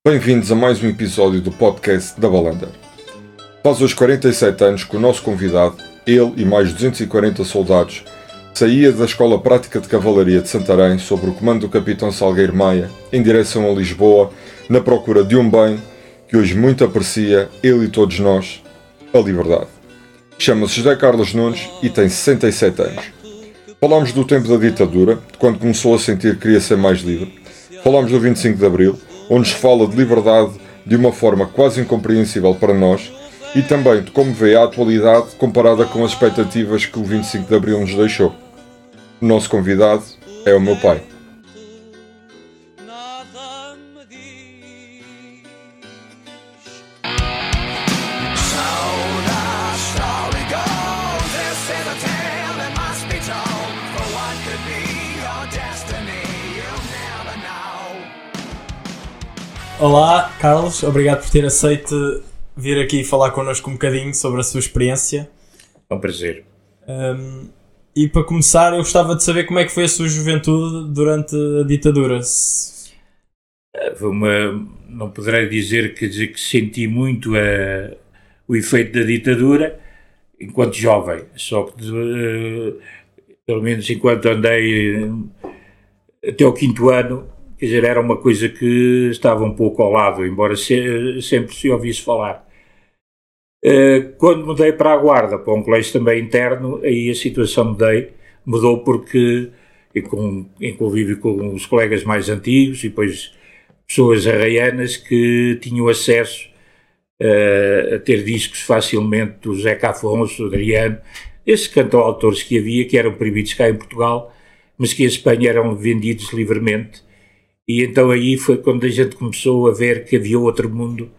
Bem-vindos a mais um episódio do podcast da Balanda. Faz hoje 47 anos que o nosso convidado, ele e mais 240 soldados, saía da Escola Prática de Cavalaria de Santarém sob o comando do capitão Salgueiro Maia, em direção a Lisboa, na procura de um bem que hoje muito aprecia ele e todos nós, a liberdade. Chama-se José Carlos Nunes e tem 67 anos. Falámos do tempo da ditadura, de quando começou a sentir que queria ser mais livre. Falámos do 25 de Abril, onde se fala de liberdade de uma forma quase incompreensível para nós, e também de como vê a atualidade comparada com as expectativas que o 25 de Abril nos deixou. O nosso convidado é o meu pai. Olá, Carlos, obrigado por ter aceito vir aqui falar connosco um bocadinho sobre a sua experiência. É um prazer. E para começar, eu gostava de saber como é que foi a sua juventude durante a ditadura. Não poderei dizer que senti muito o efeito da ditadura enquanto jovem, só que pelo menos enquanto andei até o 5º ano, quer dizer, era uma coisa que estava um pouco ao lado, embora sempre se ouvisse falar. Quando mudei para a Guarda, para um colégio também interno, aí a situação mudou porque, em convívio com os colegas mais antigos e depois pessoas arraianas que tinham acesso a ter discos facilmente do Zeca Afonso, do Adriano, esses cantautores que havia, que eram proibidos cá em Portugal, mas que em Espanha eram vendidos livremente. E então aí foi quando a gente começou a ver que havia outro mundo,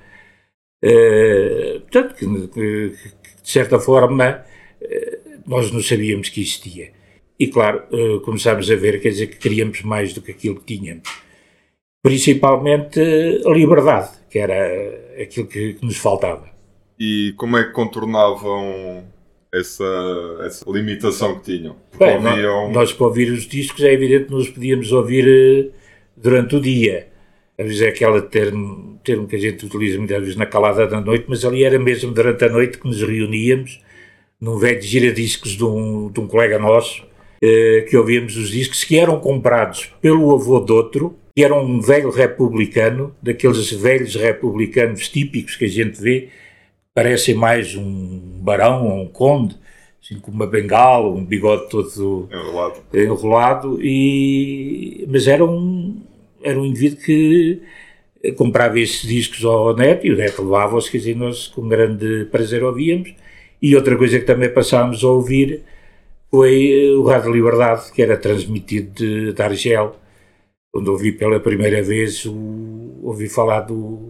portanto, que de certa forma nós não sabíamos que existia. E claro, começámos a ver, quer dizer, que queríamos mais do que aquilo que tínhamos. Principalmente a liberdade, que era aquilo que nos faltava. E como é que contornavam essa limitação que tinham? Bem, nós para ouvir os discos é evidente que nós podíamos ouvir durante o dia. Às vezes é aquela termo que a gente utiliza muitas vezes na calada da noite, mas ali era mesmo durante a noite que nos reuníamos num velho giradiscos de um colega nosso, que ouvíamos os discos que eram comprados pelo avô de outro, que era um velho republicano, daqueles velhos republicanos típicos que a gente vê, parecem mais um barão ou um conde, assim, com uma bengala, um bigode todo enrolado, mas era um indivíduo que comprava esses discos ao neto, e o neto levava-os, quer dizer, nós com grande prazer ouvíamos. E outra coisa que também passámos a ouvir foi o Rádio Liberdade, que era transmitido de Argel, onde ouvi pela primeira vez, ouvi falar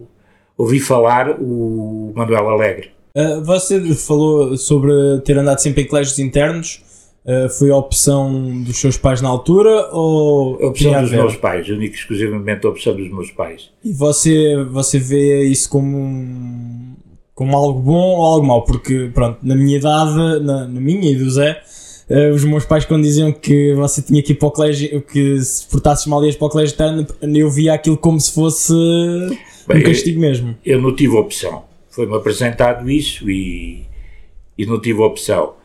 o Manuel Alegre. Você falou sobre ter andado sempre em colégios internos. Foi a opção dos seus pais na altura ou a opção dos meus pais, única e exclusivamente a opção dos meus pais. E você vê isso como algo bom ou algo mau? Porque, pronto, na minha idade, na minha e do Zé, os meus pais, quando diziam que você tinha que ir para o colégio, que se portasses mal ias para o colégio interno, eu via aquilo como se fosse um castigo mesmo. Eu não tive opção. Foi-me apresentado isso e não tive opção.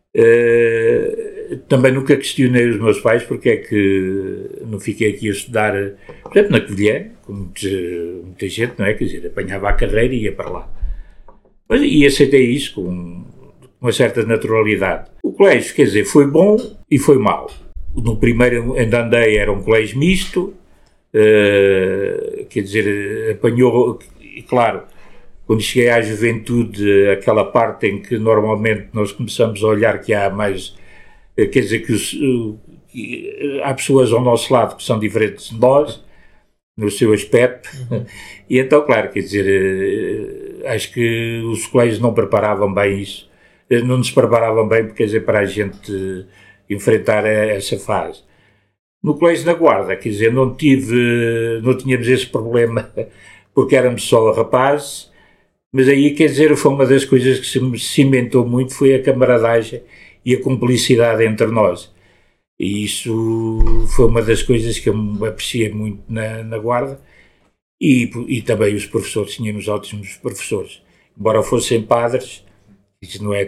Também nunca questionei os meus pais porque é que não fiquei aqui a estudar, por exemplo, na Covilhã, como muita gente, não é? Quer dizer, apanhava a carreira e ia para lá. E aceitei isso com uma certa naturalidade. O colégio, quer dizer, foi bom e foi mau. No primeiro ainda andei, era um colégio misto, quer dizer, apanhou, e claro, quando cheguei à juventude, aquela parte em que normalmente nós começamos a olhar que há mais, quer dizer, que há pessoas ao nosso lado que são diferentes de nós, no seu aspecto, e então, claro, quer dizer, acho que os colégios não preparavam bem isso, não nos preparavam bem, quer dizer, para a gente enfrentar essa fase. No colégio da Guarda, quer dizer, não tínhamos esse problema, porque éramos só rapazes. Mas aí, quer dizer, foi uma das coisas que se cimentou muito, foi a camaradagem e a cumplicidade entre nós. E isso foi uma das coisas que eu apreciei muito na Guarda. E também os professores, tínhamos ótimos professores. Embora fossem padres, isso não é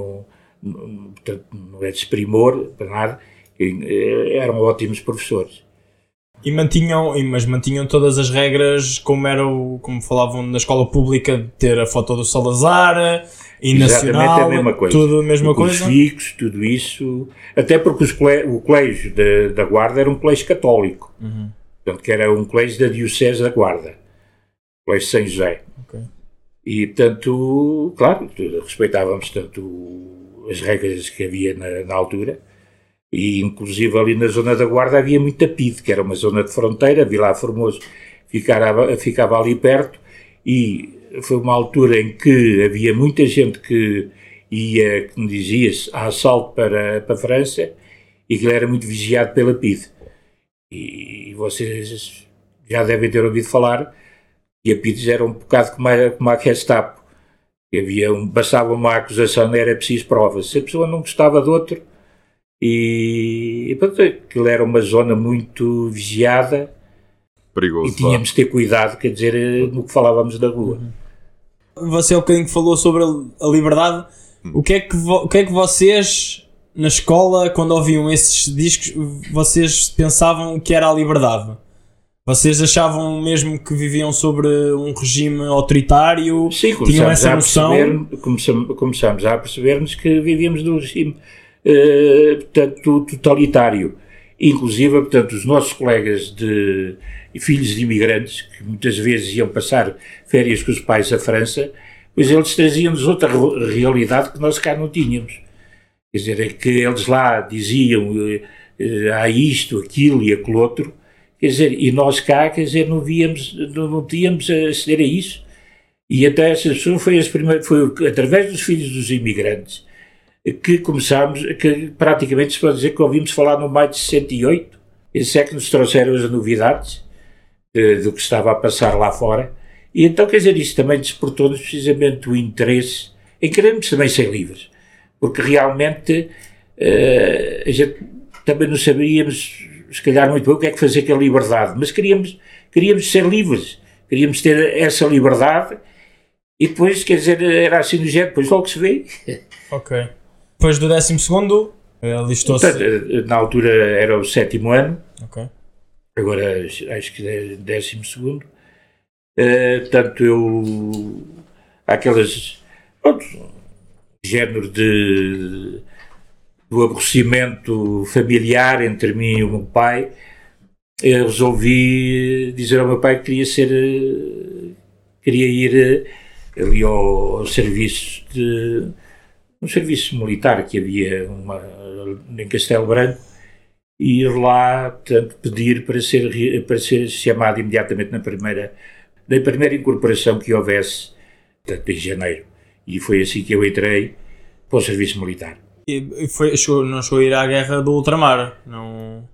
desprimor para nada, eram ótimos professores. Mas mantinham todas as regras como falavam na escola pública, ter a foto do Salazar, e nacional, a mesma coisa. Tudo a mesma coisa. Os fixos, tudo isso, até porque o colégio da Guarda era um colégio católico, portanto, que era um colégio da Diocese da Guarda, colégio São José. Okay. E, portanto, claro, respeitávamos tanto as regras que havia na altura. E inclusive ali na zona da Guarda havia muita PIDE, que era uma zona de fronteira, Vilar Formoso ficava ali perto, e foi uma altura em que havia muita gente que ia, como dizia-se, a assalto para a França, e que era muito vigiado pela PIDE. E vocês já devem ter ouvido falar que a PIDE era um bocado como a Gestapo, que bastava uma acusação, não era preciso provas. Se a pessoa não gostava de outro, e portanto, aquilo era uma zona muito vigiada, perigoso, e tínhamos de ter cuidado, quer dizer, no que falávamos da rua. Você há bocadinho falou sobre a liberdade. O que é que vocês, na escola, quando ouviam esses discos, vocês pensavam que era a liberdade? Vocês achavam mesmo que viviam sobre um regime autoritário? Sim, tinham essa noção? Começámos a perceber-nos que vivíamos num regime portanto, totalitário. Inclusive, portanto, os nossos colegas filhos de imigrantes, que muitas vezes iam passar férias com os pais à França, pois eles traziam-nos outra realidade que nós cá não tínhamos. Quer dizer, é que eles lá diziam há isto, aquilo e aquilo outro, quer dizer, e nós cá, quer dizer, não tínhamos a aceder a isso. E até essa pessoa foi através dos filhos dos imigrantes que começámos, que praticamente se pode dizer que ouvimos falar no maio de 68, esses é que nos trouxeram as novidades do que estava a passar lá fora, e então, quer dizer, isso também despertou-nos precisamente o interesse em querermos também ser livres, porque realmente a gente também não sabíamos, se calhar muito bem, o que é que fazer com a liberdade, mas queríamos ser livres, queríamos ter essa liberdade, e depois, quer dizer, era assim do jeito, depois logo se vê. Ok. Depois do 12º, alistou-se... Na altura era o 7º ano, okay. Agora acho que é 12º. Portanto, há aqueles género do aborrecimento familiar entre mim e o meu pai. Eu resolvi dizer ao meu pai que queria ir ali ao serviço um serviço militar que havia em Castelo Branco, e ir lá, portanto, pedir para ser chamado imediatamente na primeira incorporação que houvesse, portanto, em janeiro. E foi assim que eu entrei para o serviço militar. E não chegou a ir à guerra do ultramar? Não...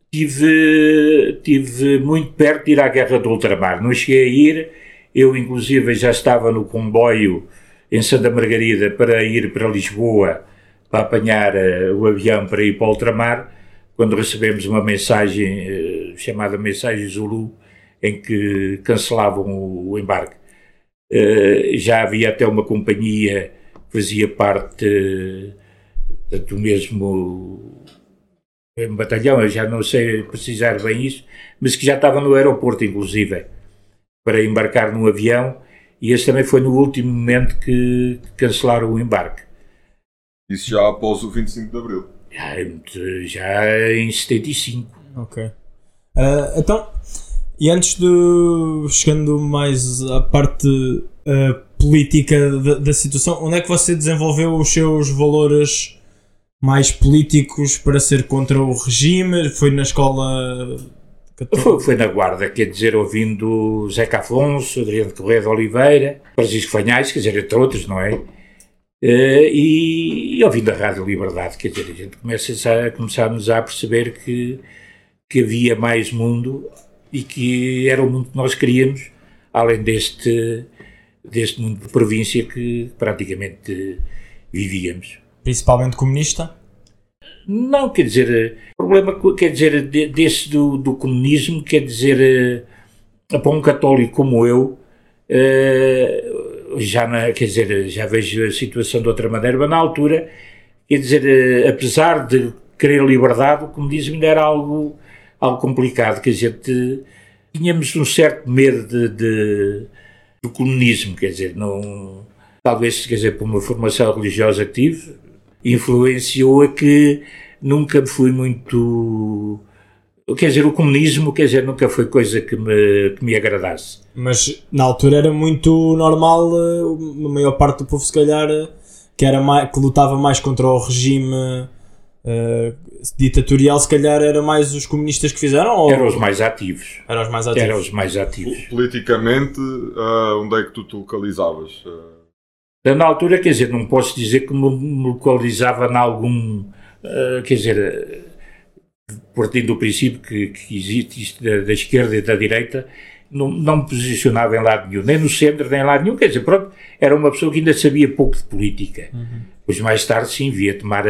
Tive muito perto de ir à guerra do ultramar. Não cheguei a ir, eu inclusive já estava no comboio em Santa Margarida para ir para Lisboa, para apanhar o avião para ir para o ultramar, quando recebemos uma mensagem chamada Mensagem Zulu, em que cancelavam o embarque. Já havia até uma companhia que fazia parte do mesmo batalhão, eu já não sei precisar bem isso, mas que já estava no aeroporto, inclusive, para embarcar num avião. E esse também foi no último momento que cancelaram o embarque. Isso já após o 25 de Abril? Já em 75. Ok. Então, e antes chegando mais à parte política da situação, onde é que você desenvolveu os seus valores mais políticos para ser contra o regime? Foi na escola... Foi na Guarda, quer dizer, ouvindo Zeca Afonso, Adriano Correia de Oliveira, Francisco Fanhais, quer dizer, entre outros, não é? E ouvindo a Rádio Liberdade, quer dizer, a gente começámos a perceber que havia mais mundo e que era o mundo que nós queríamos, além deste mundo de província que praticamente vivíamos. Principalmente comunista? Não, quer dizer, o problema, quer dizer, do comunismo, quer dizer, para um católico como eu, já vejo a situação de outra maneira, mas na altura, quer dizer, apesar de querer liberdade, como diz-me, era algo complicado, quer dizer, tínhamos um certo medo do comunismo, quer dizer, não, talvez, quer dizer, por uma formação religiosa que tive, influenciou a que nunca fui muito... Quer dizer, o comunismo, quer dizer, nunca foi coisa que me agradasse. Mas na altura era muito normal, a maior parte do povo, se calhar, que lutava mais contra o regime ditatorial, se calhar era mais os comunistas que fizeram? Ou... Eram os mais ativos. Eram os mais ativos. Politicamente, onde é que tu te localizavas? Na altura, quer dizer, não posso dizer que me localizava em algum... quer dizer... partindo do princípio que existe isto da esquerda e da direita, não me posicionava em lado nenhum, nem no centro, nem em lado nenhum, quer dizer, pronto, era uma pessoa que ainda sabia pouco de política. Pois mais tarde, sim, via tomar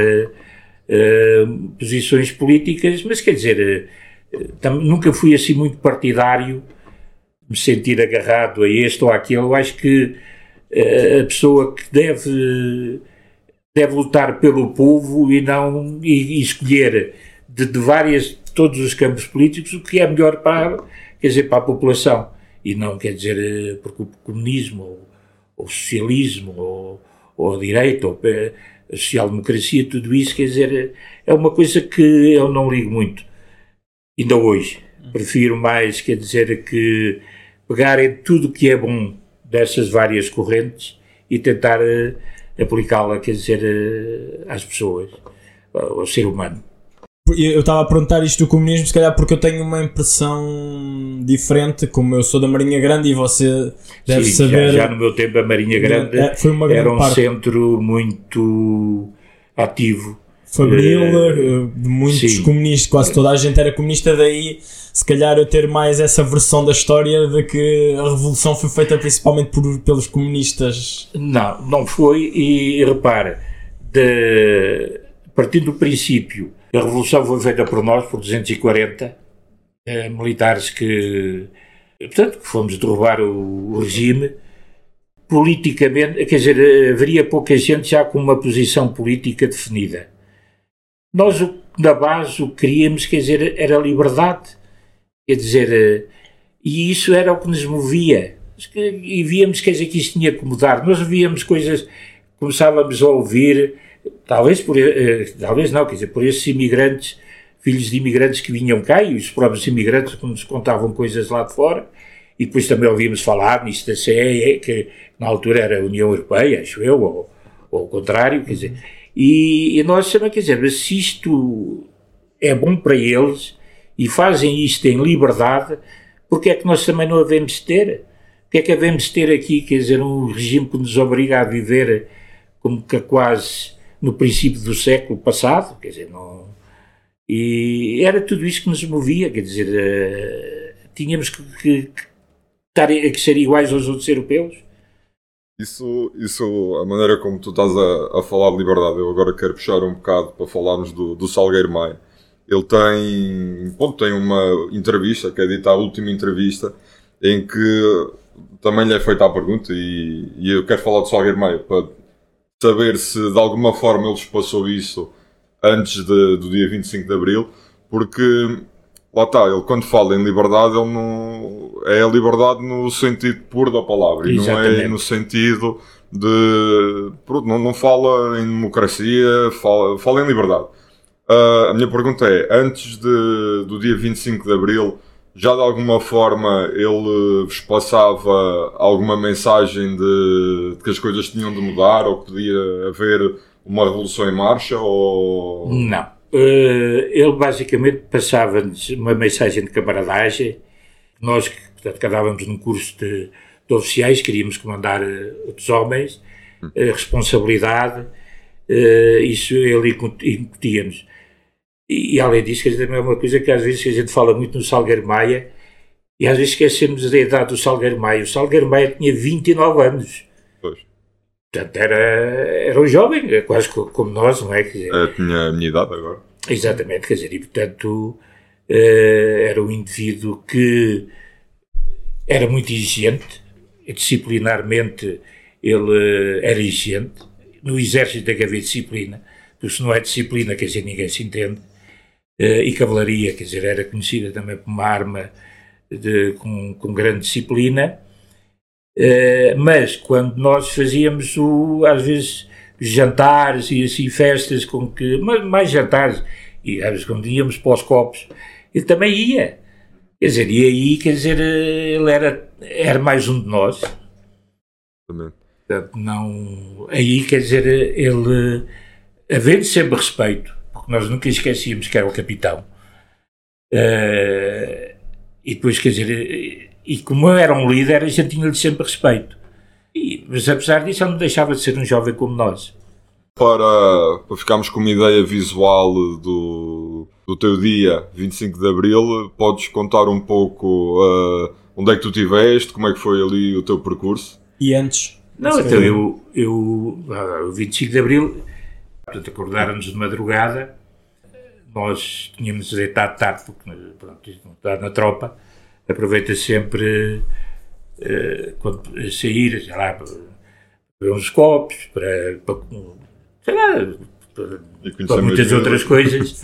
posições políticas, mas quer dizer, nunca fui assim muito partidário, me sentir agarrado a este ou àquele. Eu acho que a pessoa que deve lutar pelo povo e escolher de todos os campos políticos o que é melhor para a população, e não, quer dizer, porque o comunismo ou o socialismo ou a direita ou a social-democracia, tudo isso, quer dizer, é uma coisa que eu não ligo muito, ainda hoje. Prefiro mais, quer dizer, que pegarem tudo o que é bom dessas várias correntes e tentar aplicá-la, quer dizer, às pessoas, ao ser humano. Eu estava a perguntar isto do comunismo, se calhar porque eu tenho uma impressão diferente, como eu sou da Marinha Grande e você deve saber... Já no meu tempo a Marinha Grande era um centro muito ativo. Fabril, de muitos comunistas, quase toda a gente era comunista, daí se calhar eu ter mais essa versão da história de que a revolução foi feita principalmente pelos comunistas. Não foi, e repara, partindo do princípio, a revolução foi feita por nós, por 240 militares que fomos derrubar o regime. Politicamente, quer dizer, haveria pouca gente já com uma posição política definida. Nós, na base, o que queríamos, quer dizer, era liberdade, quer dizer, e isso era o que nos movia. E víamos, quer dizer, que isto tinha que mudar. Nós víamos coisas, começávamos a ouvir, talvez não, quer dizer, por esses imigrantes, filhos de imigrantes que vinham cá, e os próprios imigrantes que nos contavam coisas lá de fora, e depois também ouvíamos falar nisto da CEE, que na altura era a União Europeia, acho eu, ou ao contrário, quer dizer, e nós também, quer dizer, mas se isto é bom para eles, e fazem isto em liberdade, porque é que nós também não havemos ter? Porque é que havemos ter aqui, quer dizer, um regime que nos obriga a viver como que quase no princípio do século passado, quer dizer, não... E era tudo isso que nos movia, quer dizer, tínhamos que ser iguais aos outros europeus. Isso, a maneira como tu estás a falar de liberdade, eu agora quero puxar um bocado para falarmos do Salgueiro Maia. Ele tem uma entrevista, que é dita a última entrevista, em que também lhe é feita a pergunta, e eu quero falar do Salgueiro Maia para saber se de alguma forma ele passou isso antes do dia 25 de Abril, porque lá está, ele quando fala em liberdade, ele não é a liberdade no sentido puro da palavra. Exatamente. E não é no sentido de... Não fala em democracia, fala em liberdade. A minha pergunta é, antes do dia 25 de Abril, já de alguma forma ele vos passava alguma mensagem de que as coisas tinham de mudar, ou que podia haver uma revolução em marcha, ou... Não. Ele basicamente passava-nos uma mensagem de camaradagem. Nós, portanto, que andávamos num curso de oficiais, queríamos comandar outros homens, responsabilidade, isso ele incutia-nos. E além disso, quer dizer, também é uma coisa que às vezes a gente fala muito no Salgueiro Maia, e às vezes esquecemos da idade do Salgueiro Maia. O Salgueiro Maia tinha 29 anos. Pois. Portanto, era um jovem, quase como nós, não é? Quer dizer, tinha a minha idade agora. Exatamente, quer dizer, e portanto era um indivíduo que era muito exigente, disciplinarmente ele era exigente. No exército tem que haver disciplina, porque se não é disciplina, quer dizer, ninguém se entende. E cavalaria, quer dizer, era conhecida também como uma arma com grande disciplina. Mas quando nós fazíamos às vezes jantares e assim festas mais jantares, e às vezes quando íamos para os copos, ele também ia, quer dizer, e aí, quer dizer, ele era mais um de nós. Também. Portanto, não, aí, quer dizer, ele, havendo sempre respeito, porque nós nunca esquecíamos que era o capitão, e depois, quer dizer, e como eu era um líder, a gente tinha-lhe sempre respeito. Mas apesar disso, ele não deixava de ser um jovem como nós. Para ficarmos com uma ideia visual do teu dia 25 de Abril, podes contar um pouco onde é que tu estiveste, como é que foi ali o teu percurso? E antes? Não, então o 25 de Abril, portanto, acordaram-nos de madrugada, nós tínhamos deitado tarde, porque pronto, não está na tropa, aproveita sempre quando sair, sei lá, para ver uns copos, para sei lá, para muitas outras coisas.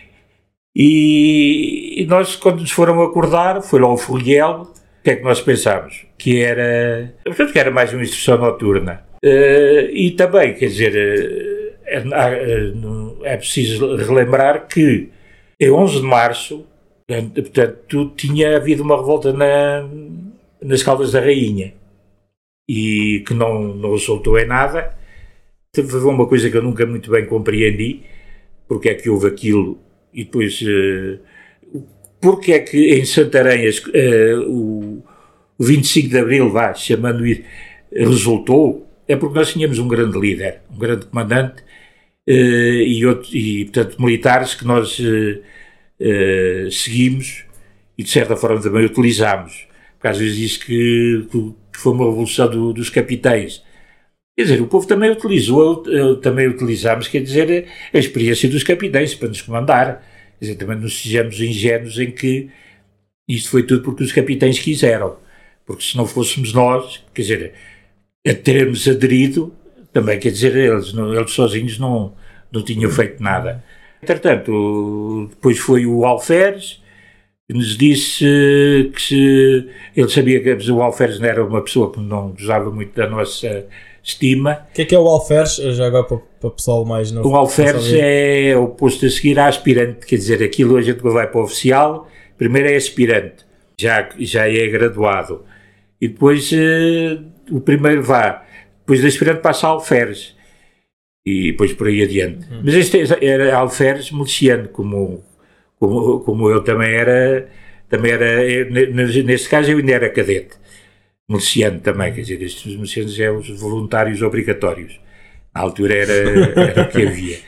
E nós, quando nos foram acordar, foi lá ao Foguel. O que é que nós pensámos? Que era mais uma instrução noturna. E também, quer dizer, é preciso relembrar que em 11 de março, portanto, tinha havido uma revolta nas Caldas da Rainha e que não resultou em nada. Foi uma coisa que eu nunca muito bem compreendi, porque é que houve aquilo, e depois porque é que em Santarém o 25 de Abril, chamando isso, resultou. É porque nós tínhamos um grande líder, um grande comandante, e portanto militares que nós seguimos e de certa forma também utilizámos, porque às vezes diz que foi uma revolução dos capitães. Quer dizer, o povo também também utilizámos, quer dizer, a experiência dos capitães para nos comandar. Quer dizer, também não sejamos ingênuos em que isto foi tudo porque os capitães quiseram. Porque se não fôssemos nós, quer dizer, a termos aderido, também quer dizer, eles sozinhos não tinham feito nada. Entretanto, depois foi o Alferes, que nos disse que ele sabia que o Alferes não era uma pessoa que não gostava muito da nossa estima. O que é o Alferes? Já agora para o pessoal mais novo. O Alferes é o posto a seguir à aspirante, quer dizer, aquilo a gente vai para o oficial, primeiro é aspirante, já é graduado, e depois o primeiro depois da aspirante passa a Alferes, e depois por aí adiante. Mas este era Alferes miliciano, como eu também era, neste caso eu ainda era cadete. Miliciano também, quer dizer, estes milicianos é os voluntários obrigatórios. Na altura era o que havia.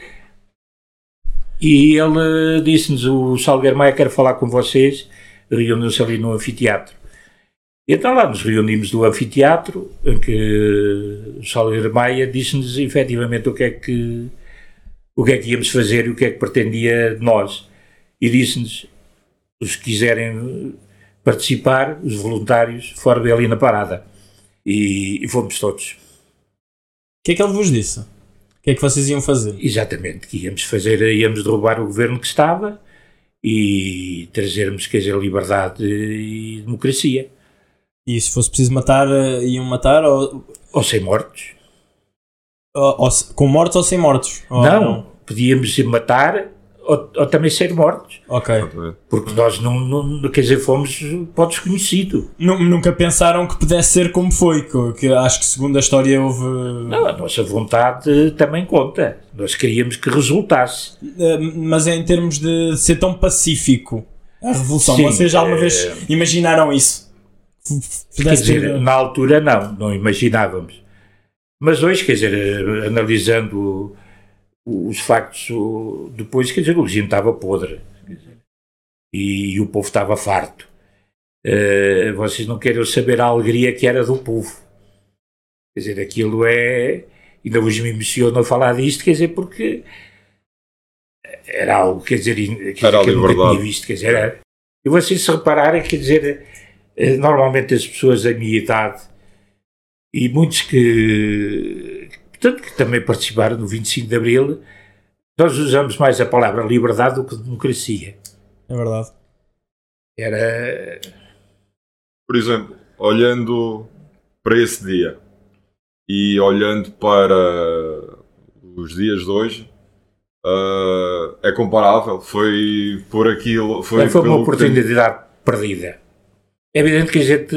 E ele disse-nos, o Salgueiro Maia quer falar com vocês, reuniu-se ali no anfiteatro. E então lá nos reunimos no anfiteatro, em que o Salgueiro Maia disse-nos efetivamente o que é que íamos fazer e o que é que pretendia de nós. E disse-nos, os que quiserem participar, os voluntários, fora dali na parada. E fomos todos. O que é que ele vos disse? O que é que vocês iam fazer? Exatamente, que íamos derrubar o governo que estava e trazermos, quer dizer, liberdade e democracia. E se fosse preciso matar, iam matar? Ou sem mortos. Com mortos ou sem mortos? Não, podíamos matar ou também ser mortos. Ok. Porque nós não quer dizer, fomos para o desconhecido. Nunca pensaram que pudesse ser como foi? Que acho que segundo a história houve... Não, a nossa vontade também conta. Nós queríamos que resultasse. Mas em termos de ser tão pacífico, a revolução, sim, vocês já alguma vez imaginaram isso? Quer dizer, na altura não imaginávamos. Mas hoje, quer dizer, analisando os factos depois, quer dizer, o regime estava podre e o povo estava farto. Vocês não querem saber a alegria que era do povo. Quer dizer, aquilo ainda hoje me emociona falar disto, quer dizer, porque era algo, quer dizer, que eu nunca tinha visto, quer dizer, e vocês se repararem, quer dizer, Normalmente as pessoas da minha idade e muitos que também participaram no 25 de Abril, nós usamos mais a palavra liberdade do que democracia. É verdade. Era... Por exemplo, olhando para esse dia e olhando para os dias de hoje, é comparável? Foi por aquilo... Foi uma oportunidade perdida. É evidente que a gente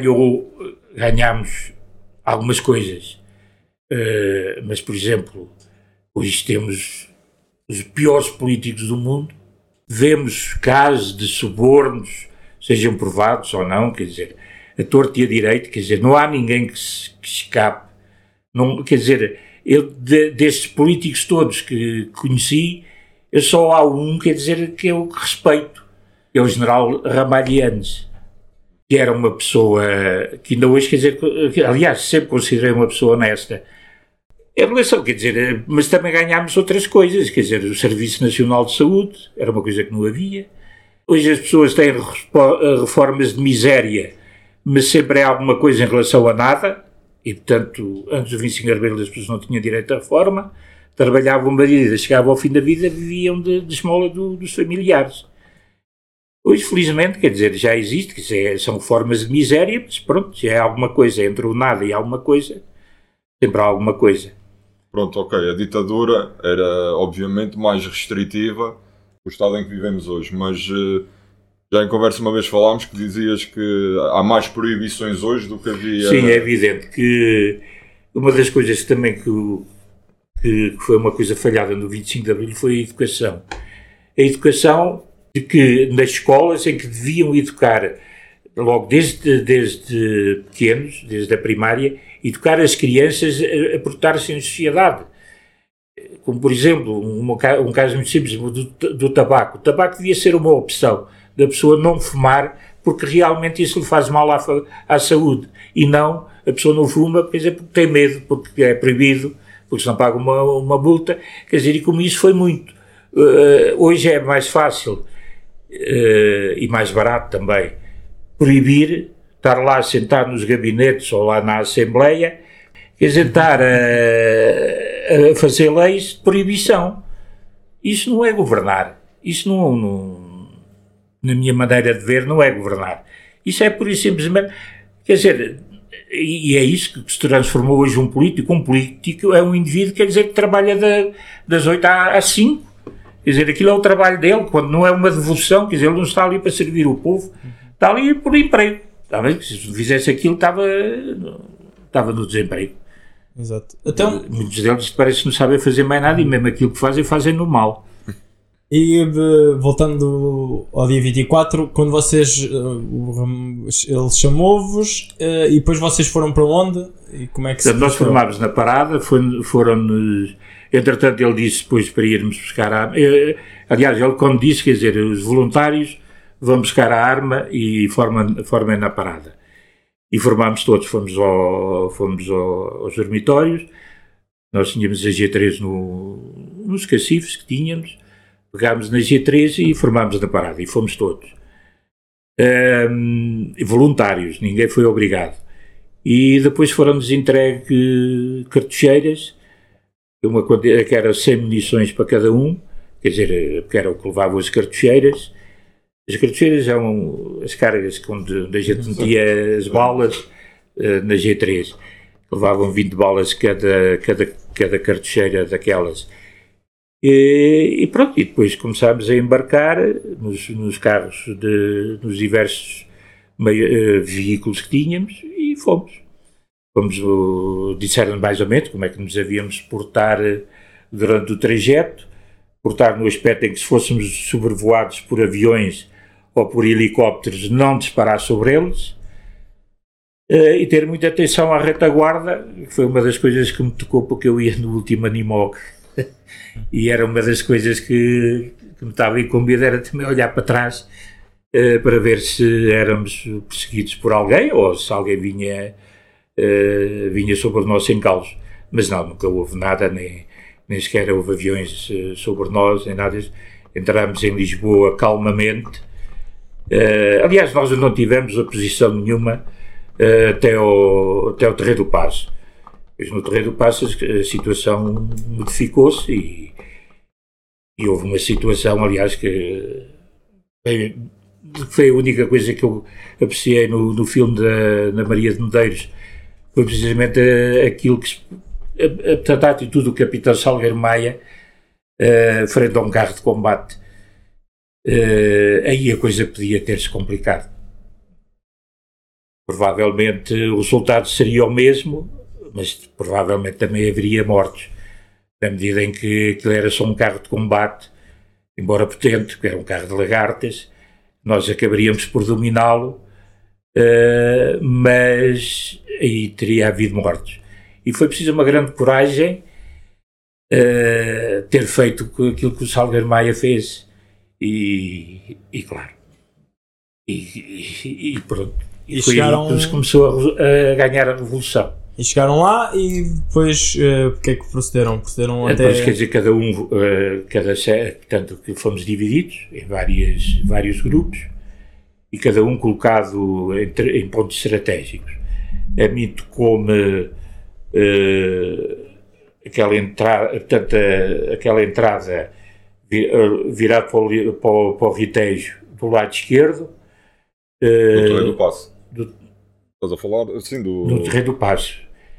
ganhámos algumas coisas, mas, por exemplo, hoje temos os piores políticos do mundo, vemos casos de subornos, sejam provados ou não, quer dizer, a torto e a direito, quer dizer, não há ninguém que escape. Não, quer dizer, destes políticos todos que conheci, eu só há um, quer dizer, que eu respeito, é o general Ramalhianes, que era uma pessoa que ainda hoje, quer dizer, aliás, sempre considerei uma pessoa honesta. Em relação, quer dizer, mas também ganhámos outras coisas, quer dizer, o Serviço Nacional de Saúde, era uma coisa que não havia. Hoje as pessoas têm reformas de miséria, mas sempre é alguma coisa em relação a nada, e portanto, antes do 25 de Abril as pessoas não tinham direito à reforma, trabalhavam uma vida, chegavam ao fim da vida, viviam de esmola dos familiares. Hoje, felizmente, quer dizer, já existe, quer dizer, são formas de miséria, mas pronto, já é alguma coisa, entre o nada e alguma coisa, sempre há alguma coisa. Pronto, ok, a ditadura era obviamente mais restritiva o estado em que vivemos hoje, mas já em conversa uma vez falámos que dizias que há mais proibições hoje do que havia... Sim, é evidente que uma das coisas também que foi uma coisa falhada no 25 de Abril foi a educação. A educação de que nas escolas em que deviam educar, logo desde pequenos, desde a primária, educar as crianças a portar-se em sociedade. Como, por exemplo, um caso muito simples do tabaco. O tabaco devia ser uma opção da pessoa não fumar, porque realmente isso lhe faz mal à saúde. E não, a pessoa não fuma, quer dizer, porque tem medo, porque é proibido, porque se não paga uma multa. Quer dizer, e como isso foi muito. Hoje é mais fácil e mais barato também proibir, estar lá sentado nos gabinetes ou lá na Assembleia, quer dizer, estar a fazer leis de proibição. Isso não é governar. Isso não, na minha maneira de ver, não é governar. Isso é pura e simplesmente, quer dizer, e é isso que se transformou hoje um político. Um político é um indivíduo, quer dizer, que trabalha das 8 às 5. Quer dizer, aquilo é o trabalho dele, quando não é uma devolução, quer dizer, ele não está ali para servir o povo, está ali por emprego. Está bem? Se fizesse aquilo, estava no desemprego. Exato. Então, muitos deles parece que não sabem fazer mais nada e mesmo aquilo que fazem no mal. E voltando ao dia 24, quando vocês, ele chamou-vos e depois vocês foram para onde? E como é que se nós formámos na parada, foram-nos... Entretanto, ele disse depois para irmos buscar a arma. Aliás, ele quando disse, quer dizer, os voluntários vão buscar a arma e formem na parada. E formámos todos, fomos aos dormitórios, nós tínhamos a G3 nos cacifes que tínhamos, pegámos na G3 e formámos na parada, e fomos todos. Voluntários, ninguém foi obrigado. E depois foram-nos entregue cartucheiras, que era 100 munições para cada um, quer dizer, que era o que levavam as cartucheiras. As cartucheiras eram as cargas onde a gente metia as balas na G3. Levavam 20 balas cada cartucheira daquelas. E pronto, e depois começámos a embarcar nos carros, nos diversos veículos que tínhamos e fomos. Disseram mais ou menos como é que nos havíamos de portar durante o trajeto, portar no aspecto em que se fôssemos sobrevoados por aviões ou por helicópteros, não disparar sobre eles, e ter muita atenção à retaguarda, que foi uma das coisas que me tocou porque eu ia no último Animoc, e era uma das coisas que me estava incumbido, era também olhar para trás para ver se éramos perseguidos por alguém ou se alguém vinha sobre o nosso encalço. Mas não, nunca houve nada, nem sequer houve aviões sobre nós, nem nada disso. Entramos em Lisboa calmamente, Aliás, nós não tivemos oposição nenhuma até ao Terreiro do Paço. Pois no Terreiro do Paço a situação modificou-se e houve uma situação, aliás, que foi a única coisa que eu apreciei no filme da Maria de Medeiros, foi precisamente aquilo que a atitude do capitão Salgueiro Maia frente a um carro de combate. Aí a coisa podia ter-se complicado. Provavelmente o resultado seria o mesmo, mas provavelmente também haveria mortos, na medida em que aquilo era só um carro de combate, embora potente, que era um carro de lagartas, nós acabaríamos por dominá-lo, mas aí teria havido mortos. E foi preciso uma grande coragem ter feito aquilo que o Salgueiro Maia fez, e claro, e pronto. E foi aí que começou a ganhar a revolução. E chegaram lá e depois o que é que procederam? Procederam até... Depois, quer dizer, portanto, que fomos divididos em vários grupos e cada um colocado em pontos estratégicos. A mim tocou-me aquela entrada virada para o Ritejo do lado esquerdo. Do Terreiro do Paço. Estás a falar, assim, do Terreiro do Paço.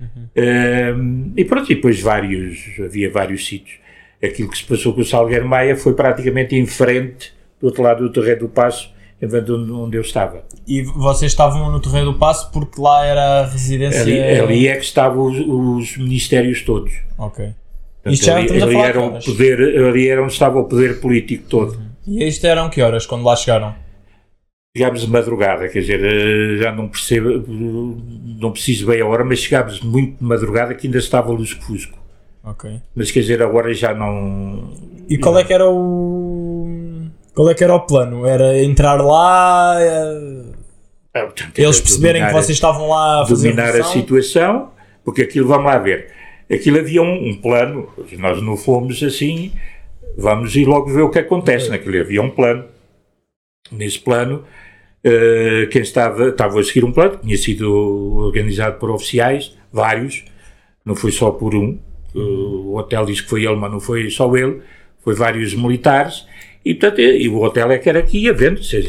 E pronto, e depois havia vários sítios. Aquilo que se passou com o Salgueiro Maia foi praticamente em frente, do outro lado do Terreiro do Paço, em vez de onde eu estava. E vocês estavam no Terreiro do Paço porque lá era a residência... Ali é que estavam os ministérios todos. Ok. Portanto, Isto já ali era onde estava o poder político todo. E isto eram que horas, quando lá chegaram? Chegámos de madrugada, quer dizer, já não preciso bem a hora, mas chegámos muito de madrugada que ainda estava lusco-fusco. Ok. Mas quer dizer, agora já não... E qual é que era o plano? Era entrar lá, eles perceberem que vocês estavam lá a fazer dominar a situação, porque aquilo, vamos lá ver, aquilo havia um plano, nós não fomos assim, vamos ir logo ver o que acontece, naquilo havia um plano. Nesse plano, quem estava a seguir um plano, tinha sido organizado por oficiais, vários, não foi só por um, o hotel diz que foi ele, mas não foi só ele, foi vários militares, e portanto, o hotel é que era que ia vendo, seja,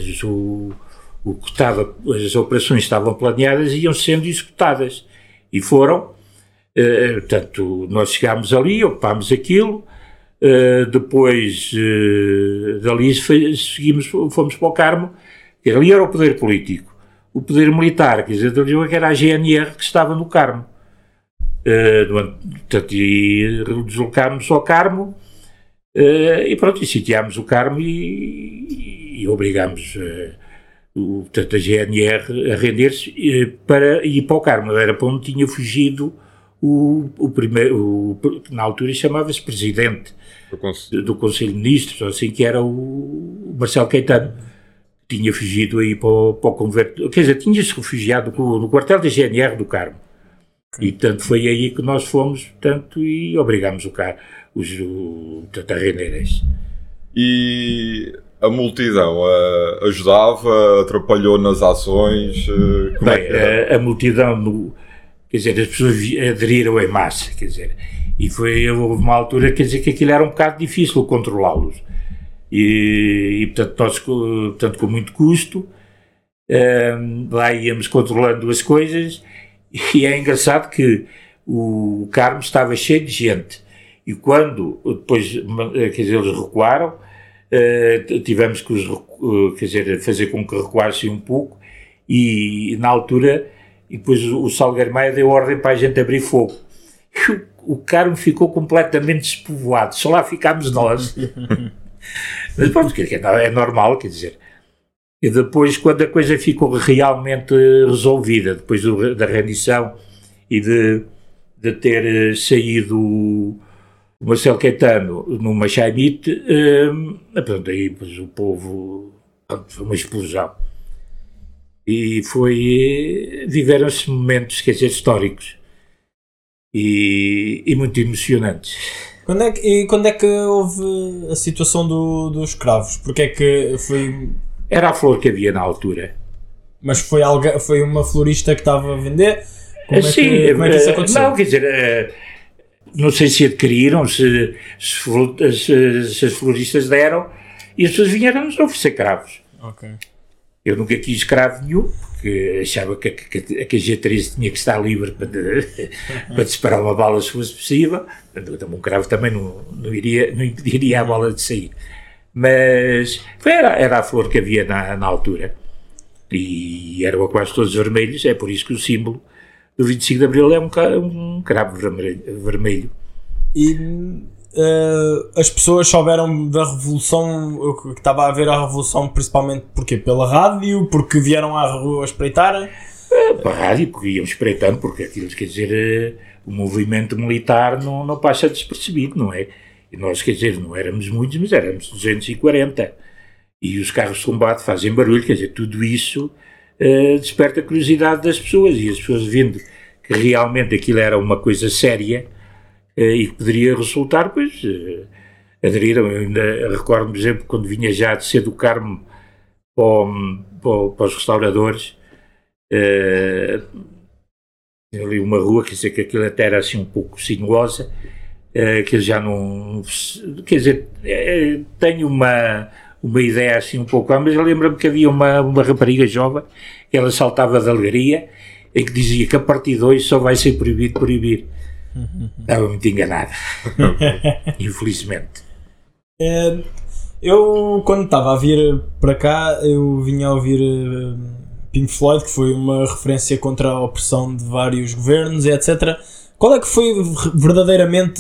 as operações estavam planeadas e iam sendo executadas, e foram, portanto, nós chegámos ali, ocupámos aquilo. Depois dali fomos para o Carmo, que ali era o poder político, o poder militar, quer dizer, que era a GNR que estava no Carmo, portanto, e deslocámos ao Carmo e pronto, e sitiámos o Carmo e obrigámos portanto, a GNR a render-se para ir para o Carmo, era para onde tinha fugido o primeiro, na altura chamava-se presidente do Conselho de Ministros, assim, que era o Marcelo Caetano, tinha fugido aí para o convento, quer dizer, tinha-se refugiado no quartel da GNR do Carmo. Okay. E portanto foi aí que nós fomos, portanto, e obrigámos portanto, a renderem-se. E a multidão ajudava, atrapalhou nas ações? A multidão, quer dizer, as pessoas aderiram em massa, quer dizer, e houve uma altura, quer dizer, que aquilo era um bocado difícil controlá-los. E portanto, nós, com muito custo, lá íamos controlando as coisas, e é engraçado que o Carmo estava cheio de gente, e quando depois, quer dizer, eles recuaram, tivemos que quer dizer, fazer com que recuassem um pouco, e na altura, e depois o Salgueiro Maia deu ordem para a gente abrir fogo. O Carmo ficou completamente despovoado, só lá ficámos nós. Mas pronto, é normal, quer dizer. E depois, quando a coisa ficou realmente resolvida, depois da rendição e de ter saído o Marcelo Caetano numa chaimite, pronto, aí depois o povo, pronto, foi uma explosão. E viveram-se momentos, quer dizer, históricos e muito emocionantes. Quando é que houve a situação dos escravos? Porque é que foi Era a flor que havia na altura. Mas foi uma florista que estava a vender? Como é que isso aconteceu? Não, quer dizer, não sei se adquiriram, se as floristas deram, e as pessoas vieram-nos oferecer cravos. Ok. Eu nunca quis cravo nenhum, porque achava que a KG-13 tinha que estar livre para disparar uma bala se fosse possível. Um cravo também não impediria a bola de sair. Mas era a flor que havia na altura. E eram quase todos vermelhos, é por isso que o símbolo do 25 de Abril é um cravo vermelho. E as pessoas souberam da revolução, que estava a haver a revolução principalmente porquê? Pela rádio? Porque vieram à rua espreitar? Pela rádio, porque iam espreitando, porque aquilo quer dizer, o movimento militar não passa despercebido, não é? E nós, quer dizer, não éramos muitos, mas éramos 240. E os carros de combate fazem barulho, quer dizer, tudo isso desperta a curiosidade das pessoas, e as pessoas vendo que realmente aquilo era uma coisa séria e que poderia resultar, pois aderiram. Eu ainda recordo, por exemplo, quando vinha já de Cedo do Carmo para os restauradores, ali uma rua, quer dizer, que aquilo até era assim um pouco sinuosa, que já não... Quer dizer, tenho uma ideia assim um pouco, mas eu lembro-me que havia uma rapariga jovem, que ela saltava de alegria, e que dizia que a partir de hoje só vai ser proibido proibir. Estava muito enganado. Infelizmente. Eu, quando estava a vir para cá, eu vinha a ouvir Pink Floyd, que foi uma referência contra a opressão de vários governos, etc. Qual é que foi verdadeiramente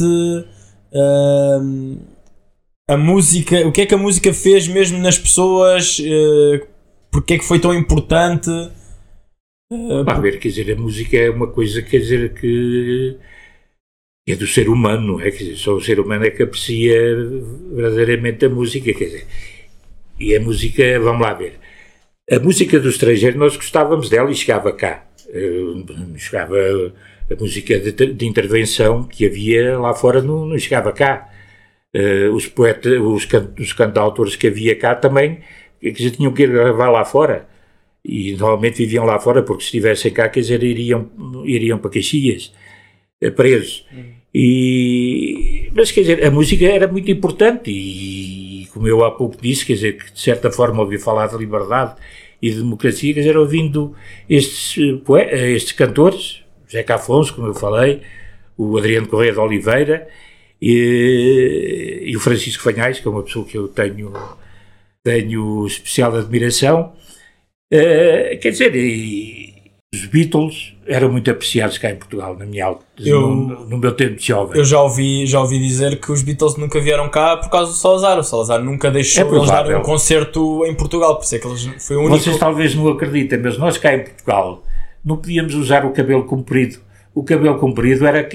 a música? O que é que a música fez mesmo nas pessoas? Porque é que foi tão importante? A ver, quer dizer, a música é uma coisa, quer dizer, que é do ser humano, não é? Quer dizer, só o ser humano é que aprecia verdadeiramente a música, quer dizer, e a música, vamos lá ver, a música do estrangeiro nós gostávamos dela e chegava cá, chegava a música de intervenção que havia lá fora, não chegava cá, os poetas, os cantautores que havia cá também, quer dizer, tinham que ir gravar lá fora, e normalmente viviam lá fora, porque se estivessem cá, quer dizer, iriam para Caxias, presos. Mas, quer dizer, a música era muito importante e, como eu há pouco disse, quer dizer, que de certa forma ouvi falar de liberdade e de democracia, quer dizer, ouvindo estes cantores, Zeca Afonso, como eu falei, o Adriano Correia de Oliveira e o Francisco Fanhais, que é uma pessoa que eu tenho especial admiração. Quer dizer, os Beatles eram muito apreciados cá em Portugal, no meu tempo de jovem. Eu já ouvi dizer que os Beatles nunca vieram cá por causa do Salazar. O Salazar nunca deixou eles darem um concerto em Portugal, por isso é que eles foi o único... Vocês talvez não acreditem, mas nós cá em Portugal não podíamos usar o cabelo comprido. O cabelo comprido era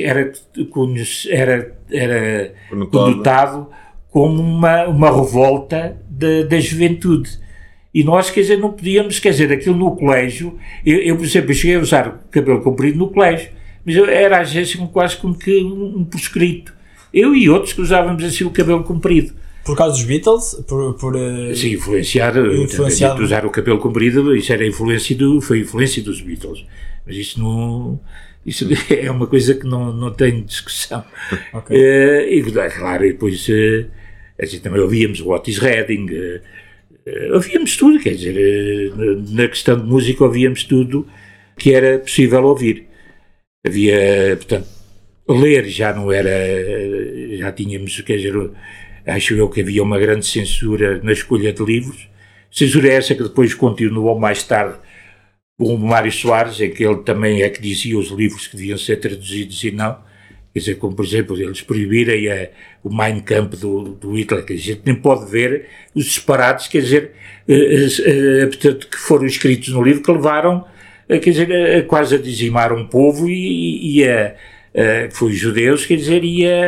conotado como uma revolta da juventude. E nós, quer dizer, não podíamos, quer dizer, aquilo no colégio, eu por exemplo, cheguei a usar o cabelo comprido no colégio, mas era às vezes quase como que um prescrito. Eu e outros que usávamos assim o cabelo comprido. Por causa dos Beatles? Sim, influenciado. De usar o cabelo comprido, isso foi influência dos Beatles. Mas isso é uma coisa que não tem discussão. Okay. E claro, depois a gente também ouvíamos o Otis Redding, ouvíamos tudo, quer dizer, na questão de música ouvíamos tudo que era possível ouvir. Havia, portanto, ler já não era, já tínhamos, quer dizer, acho eu que havia uma grande censura na escolha de livros, censura essa que depois continuou mais tarde com o Mário Soares, em que ele também é que dizia os livros que deviam ser traduzidos e não. Quer dizer, como por exemplo, eles proibirem o Mein Kampf do Hitler, que a gente nem pode ver os disparates, quer dizer, portanto, que foram escritos no livro, que levaram, quer dizer, quase a dizimar um povo que foi os judeus, quer dizer,